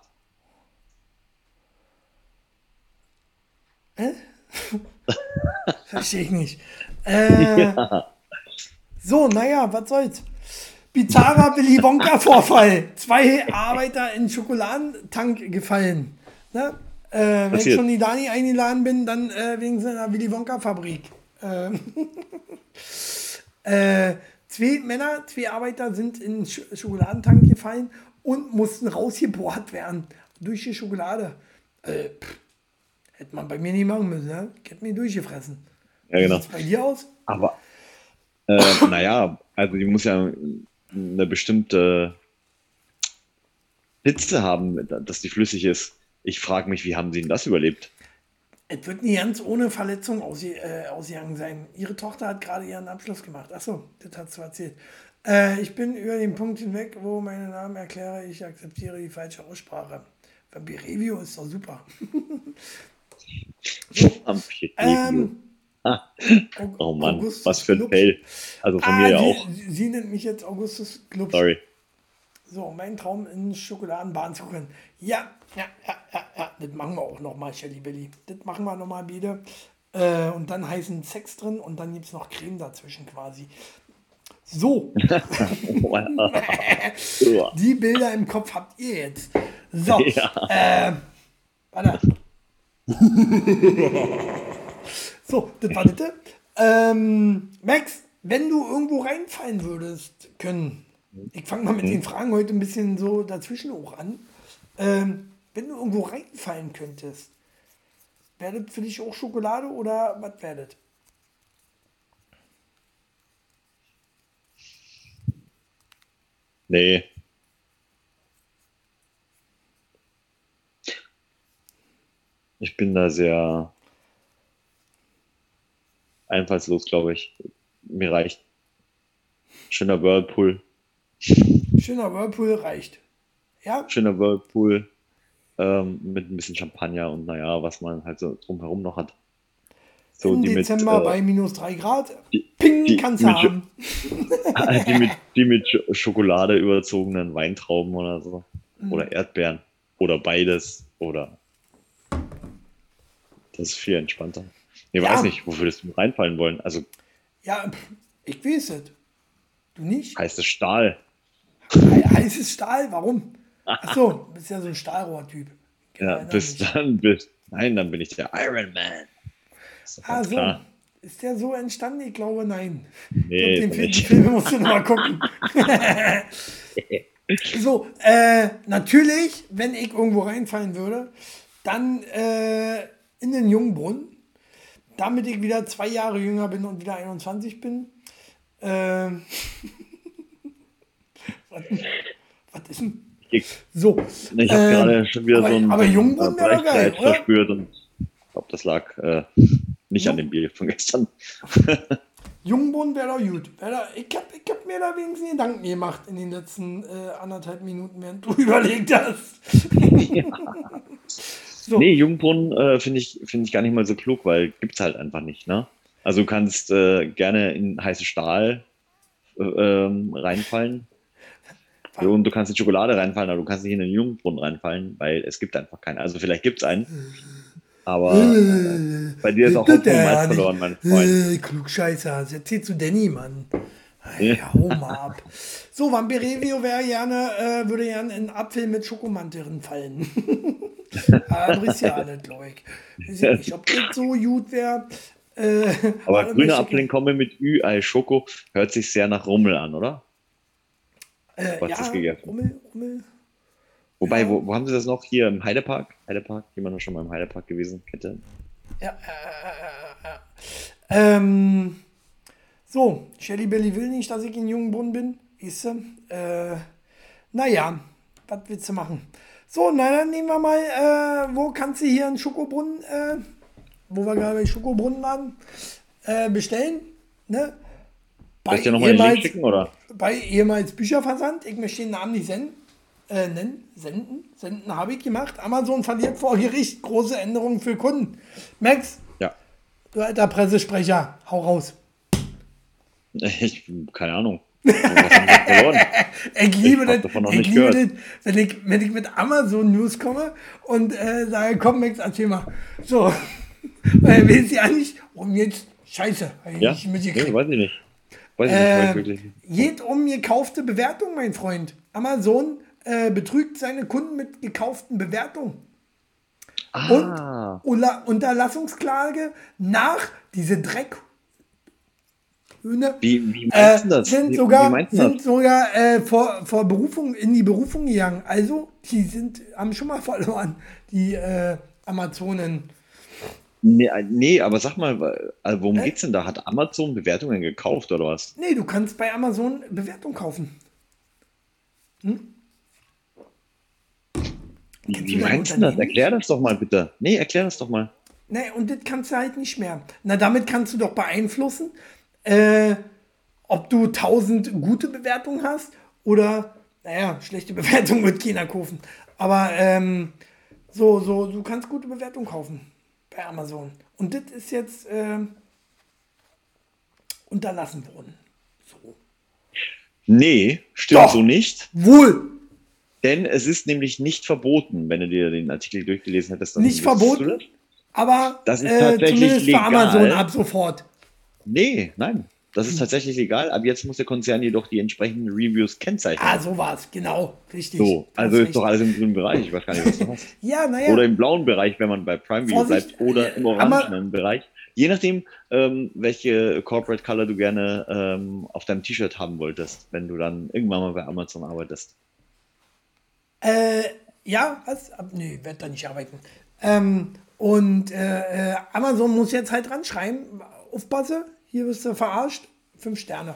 Verstehe ich nicht. Äh, Ja, so, naja, was soll's. Bizarrer Willy Wonka-Vorfall. Zwei Arbeiter in Schokoladentank gefallen. Ne? Äh, wenn ich passiert. schon die Dani eingeladen bin, dann äh, wegen seiner Willy Wonka-Fabrik. Ähm, äh, zwei Männer, zwei Arbeiter sind in den Sch Schokoladentank gefallen und mussten rausgebohrt werden durch die Schokolade. Äh, pff, hätte man bei mir nicht machen müssen, ne? Ich hätte mich durchgefressen. Ja, Wie genau. sieht's bei dir aus? Aber, äh, naja, also die muss ja eine bestimmte Hitze haben, dass die flüssig ist. Ich frage mich, wie haben sie denn das überlebt? Es wird nie ganz ohne Verletzung ausge äh, ausgegangen sein. Ihre Tochter hat gerade ihren Abschluss gemacht. Achso, das hat sie erzählt. Äh, ich bin über den Punkt hinweg, wo meine Namen erkläre, ich akzeptiere die falsche Aussprache. Vampirevio ist doch super. Vampirevio. Ähm, Ah, Aug- oh Mann, Augustus was für ein Glubsch. Fail. Also von Ah, mir ja sie, auch. sie, sie nennt mich jetzt Augustus Glubsch. Sorry. So, mein Traum in Schokoladenbahn zu können. Ja, ja, ja, ja, ja, das machen wir auch nochmal, Shelly Belly. Das machen wir nochmal bitte. Äh, und dann heißen Sex drin und dann gibt es noch Creme dazwischen quasi. So, Ja. die Bilder im Kopf habt ihr jetzt. So, Ja. äh, warte. So, das war das. Ähm, Max, wenn du irgendwo reinfallen würdest können, ich fange mal mit den Fragen heute ein bisschen so dazwischen auch an. Ähm, wenn du irgendwo reinfallen könntest, wäre das für dich auch Schokolade oder was wäre das? Nee. Ich bin da sehr einfallslos, glaube ich. Mir reicht schöner Whirlpool. Schöner Whirlpool reicht. Ja, Schöner Whirlpool ähm, mit ein bisschen Champagner und naja, was man halt so drumherum noch hat. So im die mit, Dezember äh, bei minus drei Grad. die, Ping, die, kannst die du mit, Scho- haben. die mit, die mit Sch- Schokolade überzogenen Weintrauben oder so. Mhm. Oder Erdbeeren. Oder beides. Oder das ist viel entspannter. Ich Ja. weiß nicht, wo würdest du reinfallen wollen? Also Ja, pff, ich weiß es. Du nicht? heißt es Stahl. He- Heißes Stahl, warum? Achso, du bist ja so ein Stahlrohr-Typ. Ich Ja, erinnere bis mich. dann bist. Nein, dann bin ich der Iron Man. Ist doch Ah, ganz so. klar. Ist der so entstanden? Ich glaube, nein. Nee, ich glaube, den ist er Film, die nicht. Filme musst du noch mal gucken. So, äh, natürlich, wenn ich irgendwo reinfallen würde, dann äh, in den Jungbrunnen, damit ich wieder zwei Jahre jünger bin und wieder einundzwanzig bin. Äh, was, was ist denn? Ich, So. ich habe ähm, gerade schon wieder aber, so einen aber Jungbrunnen wäre doch geil, Brechreiz oder? verspürt und ich glaube, das lag äh, nicht an dem Bier von gestern. Jungbrunnen wäre doch gut. Wär da, ich habe ich hab mir da wenigstens Gedanken gemacht in den letzten äh, anderthalb Minuten, während du überlegt hast. So. Nee, Jungbrunnen äh, finde ich, find ich gar nicht mal so klug, weil gibt's halt einfach nicht. Ne? Also du kannst äh, gerne in heiße Stahl äh, ähm, reinfallen. Ja, und du kannst in Schokolade reinfallen, aber du kannst nicht in den Jungbrunnen reinfallen, weil es gibt einfach keinen. Also vielleicht gibt's einen, aber äh, bei dir ist auch Das Hoffnung ja meist nicht. verloren, mein Freund. Äh, Klugscheißer, das erzähl zu Danny, Mann. Ey, hau mal ab. So, Vampirevio wäre gerne, äh, würde gerne in Apfel mit Schokomanterin fallen. Aber ist ja alles, glaube ich. Weiß ich nicht, ob das so gut wäre. Äh, Aber alle grüne möchte- Apfelkomme mit Ü-Ei Schoko hört sich sehr nach Rummel an, oder? Äh, Was ja, ist gegessen? Rummel, Rummel. Wobei, Ja. wo, wo haben sie das noch? Hier im Heidepark? Heidepark? Jemand noch schon mal im Heidepark gewesen? Kette? Ja, äh, äh, äh, äh. Ähm, so, Shelly Belly will nicht, dass ich in Jungbrunnen bin. Weißt du? Äh, naja, was willst du machen? So, na dann nehmen wir mal, äh, wo kannst du hier einen Schokobrunnen, äh, wo wir gerade bei Schokobrunnen waren, äh, bestellen? Ne? Soll ich dir nochmal den Link schicken, oder? Bei ehemals Bücherversand, ich möchte den Namen nicht senden, äh, nennen, senden, senden habe ich gemacht. Amazon verliert vor Gericht, große Änderungen für Kunden. Max, Ja. du alter Pressesprecher, hau raus. Ich, keine Ahnung. Was haben wir verloren? Ich liebe Ich hab das, davon noch ich nicht liebe gehört. das, wenn ich, wenn ich mit Amazon News komme und äh, sage, komm Max, erzähl mal. So, weil weiß ja nicht, um jetzt, scheiße, hab Ja? ich Nee, mitgekriegt. weiß ich nicht. Weiß ich nicht, weiß ich Äh, wirklich nicht. geht um gekaufte Bewertung, mein Freund. Amazon äh, betrügt seine Kunden mit gekauften Bewertungen. Ah, Und Ula- Unterlassungsklage nach diese Dreck. Hühner, wie, wie äh, meinst du das? sind Wie, wie sogar, meinst du sind das? sogar äh, vor, vor Berufung in die Berufung gegangen. Also, die sind, haben schon mal verloren, die äh, Amazonen. Nee, äh, nee, aber sag mal, wa- also worum Äh? geht's denn da? Hat Amazon Bewertungen gekauft oder was? Nee, du kannst bei Amazon Bewertung kaufen. Wie, Kennst wie du dein meinst du das? Unternehmen Erklär das doch mal bitte. Nee, erklär das doch mal. Nee, und das kannst du halt nicht mehr. Na, damit kannst du doch beeinflussen, äh, ob du tausend gute Bewertungen hast oder, naja, schlechte Bewertungen wird keiner kaufen. Aber ähm, so, so, du kannst gute Bewertungen kaufen bei Amazon. Und das ist jetzt äh, unterlassen worden. So. Nee, stimmt Doch. so nicht. Wohl Denn es ist nämlich nicht verboten, wenn du dir den Artikel durchgelesen hättest. Dann nicht wüsstest du verboten, das. aber Das ist äh, tatsächlich zumindest für legal. Amazon ab sofort. Nee, nein. Das Hm. ist tatsächlich legal. Ab jetzt muss der Konzern jedoch die entsprechenden Reviews kennzeichnen. Ah, so war's, genau, richtig. So, Du also hast ist doch recht. alles im grünen Bereich. Ich weiß gar nicht, was du hast. Ja, naja. Oder im blauen Bereich, wenn man bei Prime Video Vorsicht, bleibt, oder äh, im aber- orangenen Bereich. Je nachdem, ähm, welche Corporate Color du gerne ähm, auf deinem T-Shirt haben wolltest, wenn du dann irgendwann mal bei Amazon arbeitest. Äh, ja, was? Ab, nee, werd da nicht arbeiten. Ähm, und äh, äh, Amazon muss jetzt halt dran schreiben, aufpasse, hier wirst du verarscht, fünf Sterne.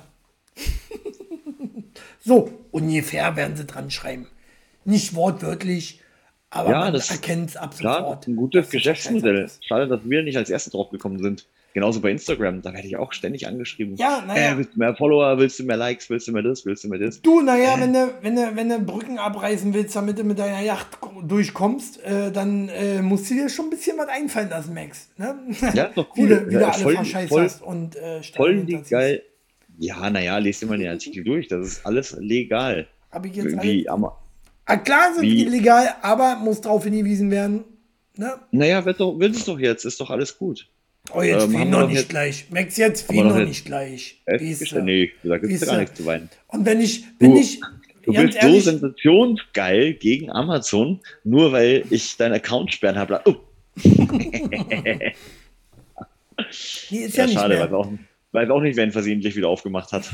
So, ungefähr werden sie dran schreiben. Nicht wortwörtlich, aber Ja, man das- erkennt es ab Klar, sofort. ein gutes dass das Geschäftsmodell. Scheiße ist. Schade, dass wir nicht als Erste drauf gekommen sind. Genauso bei Instagram, da werde ich auch ständig angeschrieben. Ja, naja. Äh, willst du mehr Follower, willst du mehr Likes, willst du mehr das, willst du mehr das? Du, naja, wenn du, wenn, du, wenn du Brücken abreißen willst, damit du mit deiner Yacht durchkommst, äh, dann äh, musst du dir schon ein bisschen was einfallen lassen, Max. Ne? Ja, ist doch Wie cool. du, wie du Ja, alle voll- verscheißt voll- hast und äh, Steine Voll die hinterziehst. geil. Ja, naja, lest dir mal den Artikel durch. Das ist alles legal. Hab ich jetzt Wie, alle, am, ah, klar sind wie- die illegal, aber muss darauf hingewiesen werden. Ne? naja, wird, doch, wird es doch jetzt, ist doch alles gut. Oh, jetzt Ähm, ähm, haben wir noch doch nicht jetzt- glich. Max, jetzt wir wein doch noch jetzt- nicht gleich. Echt? Weißt du? Nee, da gibt es Weißt gar du? nichts zu weinen. Und wenn ich, wenn Du- ich, Du ganz bist so ehrlich, sensationsgeil gegen Amazon, nur weil ich deinen Account sperren habe. Oh, nee, ist ja, ja, nicht schade, mehr. weiß auch, weiß auch nicht, wer ihn versehentlich wieder aufgemacht hat.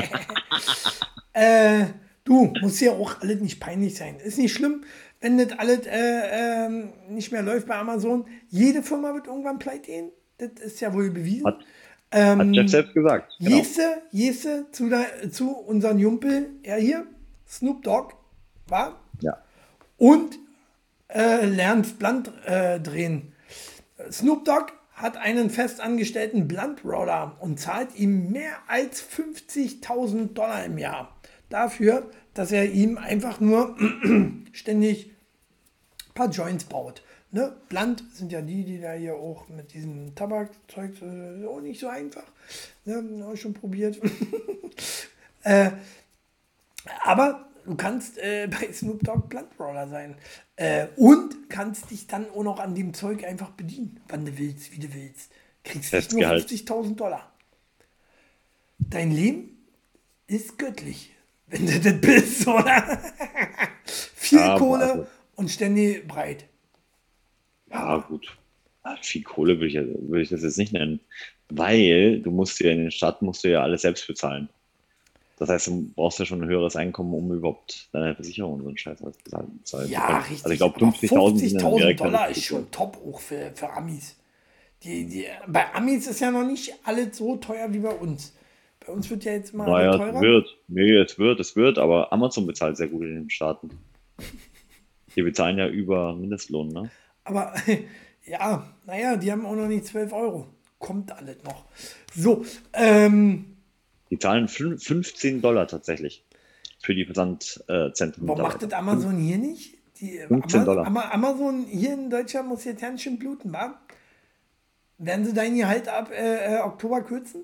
Äh, du, muss ja auch alles nicht peinlich sein. Ist nicht schlimm, wenn das alles äh, ähm, nicht mehr läuft bei Amazon. Jede Firma wird irgendwann pleite gehen. Das ist ja wohl bewiesen. Hat- ähm, Hat Jeff selbst gesagt. Genau. Jeste, Jeste zu, der, zu unseren Jumpel, er hier, Snoop Dogg, war? Ja. Und äh, lernt Blunt äh, drehen. Snoop Dogg hat einen festangestellten Blunt-Roller und zahlt ihm mehr als fünfzigtausend Dollar im Jahr dafür, dass er ihm einfach nur ständig ein paar Joints baut. Ne? Blunt sind ja die, die da hier auch mit diesem Tabakzeug äh, auch nicht so einfach. Ne? Habe ich schon probiert. äh, aber du kannst äh, bei Snoop Dogg Blunt-Roller sein. Äh, und kannst dich dann auch noch an dem Zeug einfach bedienen, wann du willst, wie du willst. Kriegst nicht nur Festgehalt. fünfzigtausend Dollar. Dein Leben ist göttlich, wenn du das bist, oder? Viel Ja, Kohle also- und ständig breit. Ja, gut. Ah, viel Kohle würde ich, würde ich das jetzt nicht nennen. Weil du musst ja in den Staaten musst du ja alles selbst bezahlen. Das heißt, du brauchst ja schon ein höheres Einkommen, um überhaupt deine Versicherung und so einen Scheiß alles bezahlen bezahlen zu Ja, können. richtig. Also ich glaube, aber fünfzigtausend sind in fünfzigtausend Amerika Dollar nicht ist viel. schon top auch für, für Amis. Die, die, bei Amis ist ja noch nicht alles so teuer wie bei uns. Bei uns wird ja jetzt mal alles Naja, teurer. es wird. Nee, es wird, es wird, aber Amazon bezahlt sehr gut in den Staaten. Die bezahlen ja über Mindestlohn, ne? Aber ja, naja, die haben auch noch nicht zwölf Euro. Kommt alles noch. So, ähm, Die zahlen fün- fünfzehn Dollar tatsächlich für die Versandzentren. warum macht das Amazon hier nicht? Die, fünfzehn Ama- Dollar. Ama- Amazon hier in Deutschland muss jetzt ganz schön bluten, wa? Werden sie dein Gehalt ab äh, äh, Oktober kürzen?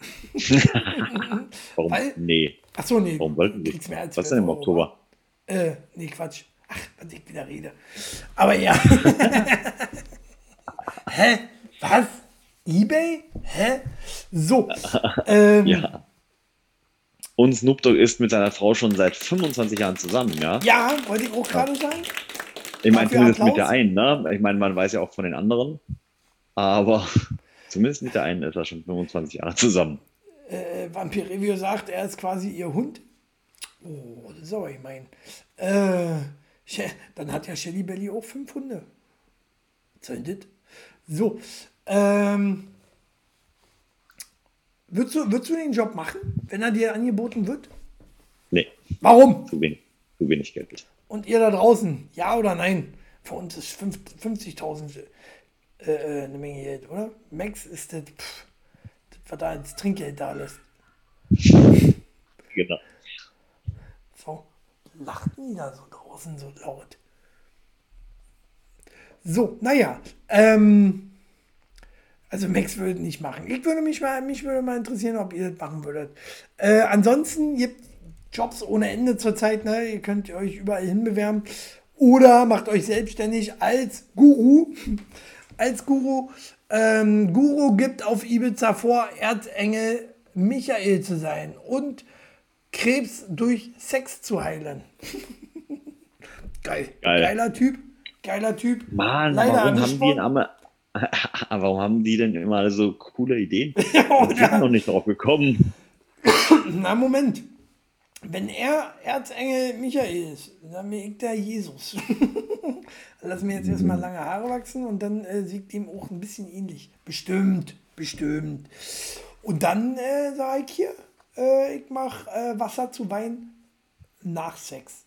Warum? Weil- Nee. Achso, nee. Warum wollten die? kriegst mehr als Was denn im zwölf Euro, Oktober? wa? Äh, nee, Quatsch. Ach, was ich wieder rede. Aber ja. Hä? Was? eBay? Hä? So. Ähm, Ja. Und Snoop Dogg ist mit seiner Frau schon seit fünfundzwanzig Jahren zusammen, ja? ja, wollte ich auch gerade sagen. Ich meine, Dafür zumindest mit Applaus. der einen, ne? Ich meine, man weiß ja auch von den anderen. Aber zumindest mit der einen ist er schon fünfundzwanzig Jahre zusammen. Äh, Vampir Review sagt, er ist quasi ihr Hund. Oh, das ist aber gemein. Äh, She- dann hat ja Shelly Belly auch fünf Hunde. Was soll denn das? So, ähm, würdest du, würdest du den Job machen, wenn er dir angeboten wird? Nee, Warum? zu wenig. Zu wenig Geld. Und ihr da draußen, ja oder nein? Für uns ist fünf- fünfzigtausend äh, äh, eine Menge Geld, oder? Max ist das, pff, das was da als Trinkgeld da lässt. Genau. So, lachten die da so draußen so laut. So, naja, ähm, also Max würde nicht machen. Ich würde mich mal, mich würde mal interessieren, ob ihr das machen würdet. Äh, ansonsten gibt Jobs ohne Ende zurzeit, ne? Ihr könnt euch überall hinbewerben oder macht euch selbstständig als Guru. Als Guru. Ähm, Guru gibt auf Ibiza vor, Erzengel Michael zu sein und Krebs durch Sex zu heilen. Geil. Geil. Geiler Typ. Geiler Typ. Mann, Leider warum haben erwischt die in worden. Amer warum haben die denn immer alle so coole Ideen? Ja, Wir sind noch nicht drauf gekommen. Na, Moment. Wenn er Erzengel Michael ist, dann bin ich der Jesus. Dann lassen wir jetzt erstmal lange Haare wachsen und dann äh, sieht ihm auch ein bisschen ähnlich. Bestimmt, bestimmt. Und dann äh, sage ich hier, äh, ich mache äh, Wasser zu Wein nach Sex.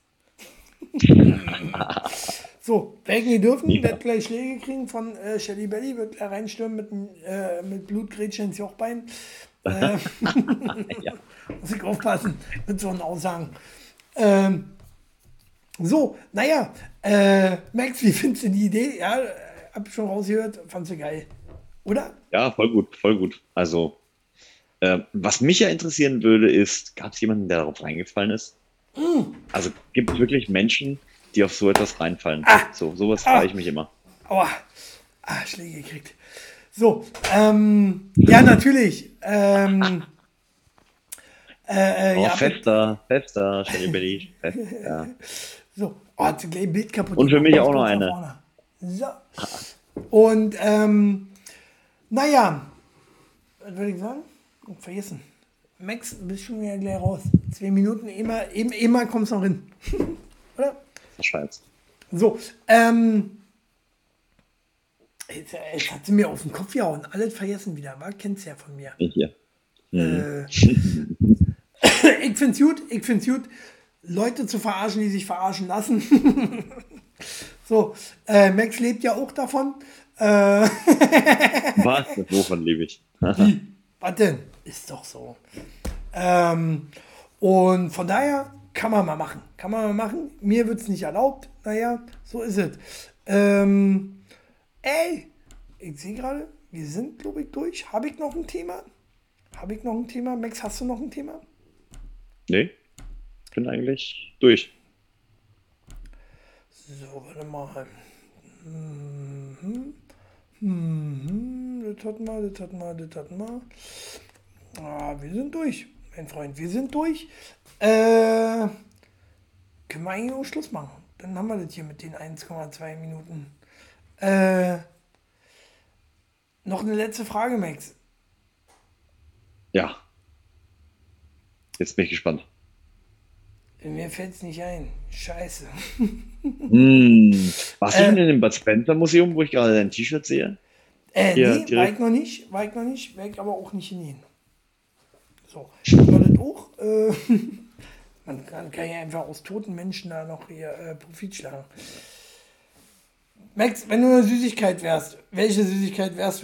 So, welchen dürfen, Ja. wird gleich Schläge kriegen von äh, Shelly Belly, wird gleich reinstürmen mit, dem, äh, mit Blutgrätschen ins Jochbein. Äh, Ja. Muss ich aufpassen mit so einen Aussagen. Ähm, so, naja, äh, Max, wie findest du die Idee? Ja, äh, hab schon rausgehört, fandst du geil. Oder? Ja, voll gut, voll gut. Also, äh, was mich ja interessieren würde, ist, gab es jemanden, der darauf reingefallen ist? Also, gibt es wirklich Menschen, die auf so etwas reinfallen? Ah. So, sowas Ah. frage ich mich immer. Aua, ah, Schläge gekriegt. So, ähm, ja, natürlich. Ähm, äh, äh, Oh, ja, fester, fester, Shelly Belly, fest, ja. So, oh, hat gleich ein Bild kaputt. Und für mich gemacht. auch noch Ganz eine. vorne. So. Und, ähm, naja, was würde ich sagen? Oh, vergessen. Max, du bist schon wieder gleich raus. Zwei Minuten, immer, eben, immer kommst du noch hin. Oder? Scheiß. So, ähm, jetzt, jetzt hat sie mir auf den Kopf gehauen. Alles vergessen wieder, wa? Kennst ja von mir. Hier. Äh, ich find's gut, ich find's gut, Leute zu verarschen, die sich verarschen lassen. So, äh, Max lebt ja auch davon. Äh, Was? Wovon lebe ich? Wie? Was denn? Ist doch so. Ähm, und von daher kann man mal machen. Kann man mal machen. Mir wird es nicht erlaubt. Naja, so ist es. Ähm, ey, ich sehe gerade, wir sind, glaube ich, durch. Habe ich noch ein Thema? Habe ich noch ein Thema? Max, hast du noch ein Thema? Nee, bin eigentlich durch. So, warte mal. Mhm. Mhm. Das hatten wir, das hatten wir, das hatten wir. Ah, wir sind durch, mein Freund. Wir sind durch. Äh, können wir eigentlich auch Schluss machen. Dann haben wir das hier mit den eins Komma zwei Minuten. Äh, noch eine letzte Frage, Max. Ja. Jetzt bin ich gespannt. Mir fällt es nicht ein. Scheiße. Hm. Warst du Äh. schon in dem Bud Spencer Museum, wo ich gerade dein T-Shirt sehe? Äh, Ja, nee, war direkt. ich noch nicht. War ich noch nicht. Werde ich aber auch nicht hingehen. So, ich war das auch. Äh, Man kann, kann ja einfach aus toten Menschen da noch hier äh, Profit schlagen. Max, wenn du eine Süßigkeit wärst, welche Süßigkeit wärst du?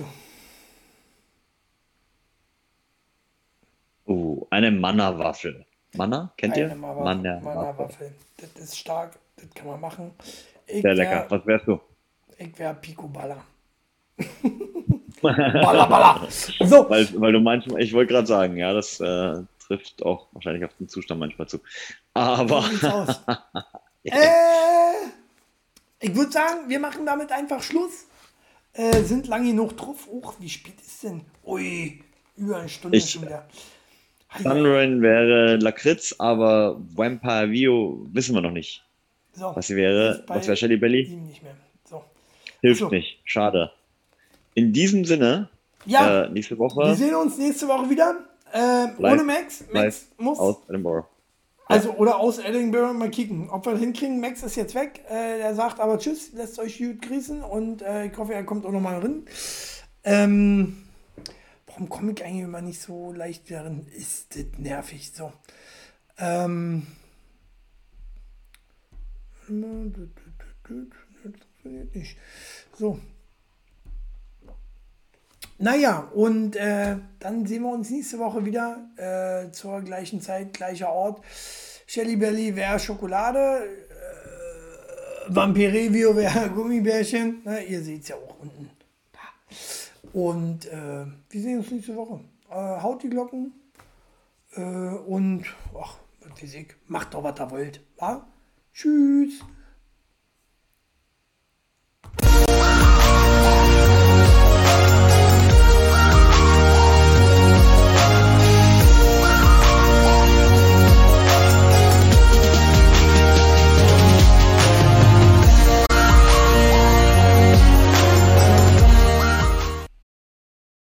Oh, eine Manna-Waffel. Manna? Kennt ihr? Eine Mama- Manna-Waffel. Mana-Waffel. Das ist stark, das kann man machen. Ich Sehr lecker. wär, Was wärst du? ich wär Pico Baller. Baller, Baller. So, Weil, weil du manchmal, ich wollte gerade sagen, ja, das äh, trifft auch wahrscheinlich auf den Zustand manchmal zu. Aber so sieht's aus. äh, ich würde sagen, wir machen damit einfach Schluss. Äh, sind lange genug drauf. Uch, wie spät ist denn? Ui, über eine Stunde Ich- schon wieder. Sunrain wäre Lakritz, aber Vampire Vio wissen wir noch nicht. So, Was sie wäre, ist bei was wäre Shelly Belly? ihm nicht mehr. So. Hilft Ach so. nicht. Schade. In diesem Sinne, Ja, äh, nächste wir Woche sehen uns nächste Woche wieder. Äh, Live- ohne Max. Max live muss. aus Edinburgh. Also, oder aus Edinburgh mal kicken. Ob wir das hinkriegen, Max ist jetzt weg. Äh, er sagt aber Tschüss, lässt euch gut grüßen und äh, ich hoffe, er kommt auch nochmal rein. Ähm, warum komme ich eigentlich immer nicht so leicht wieder rein? Ist das nervig. So. Ähm. Das funktioniert nicht. So. Naja, und äh, dann sehen wir uns nächste Woche wieder äh, zur gleichen Zeit, gleicher Ort. Shelly Belly wäre Schokolade, äh, Vampirevio wäre Gummibärchen. Na, ihr seht es ja auch unten. Da. Und äh, wir sehen uns nächste Woche. Äh, haut die Glocken äh, und ach, was weiß ich, macht doch, was ihr wollt. Wa? Tschüss.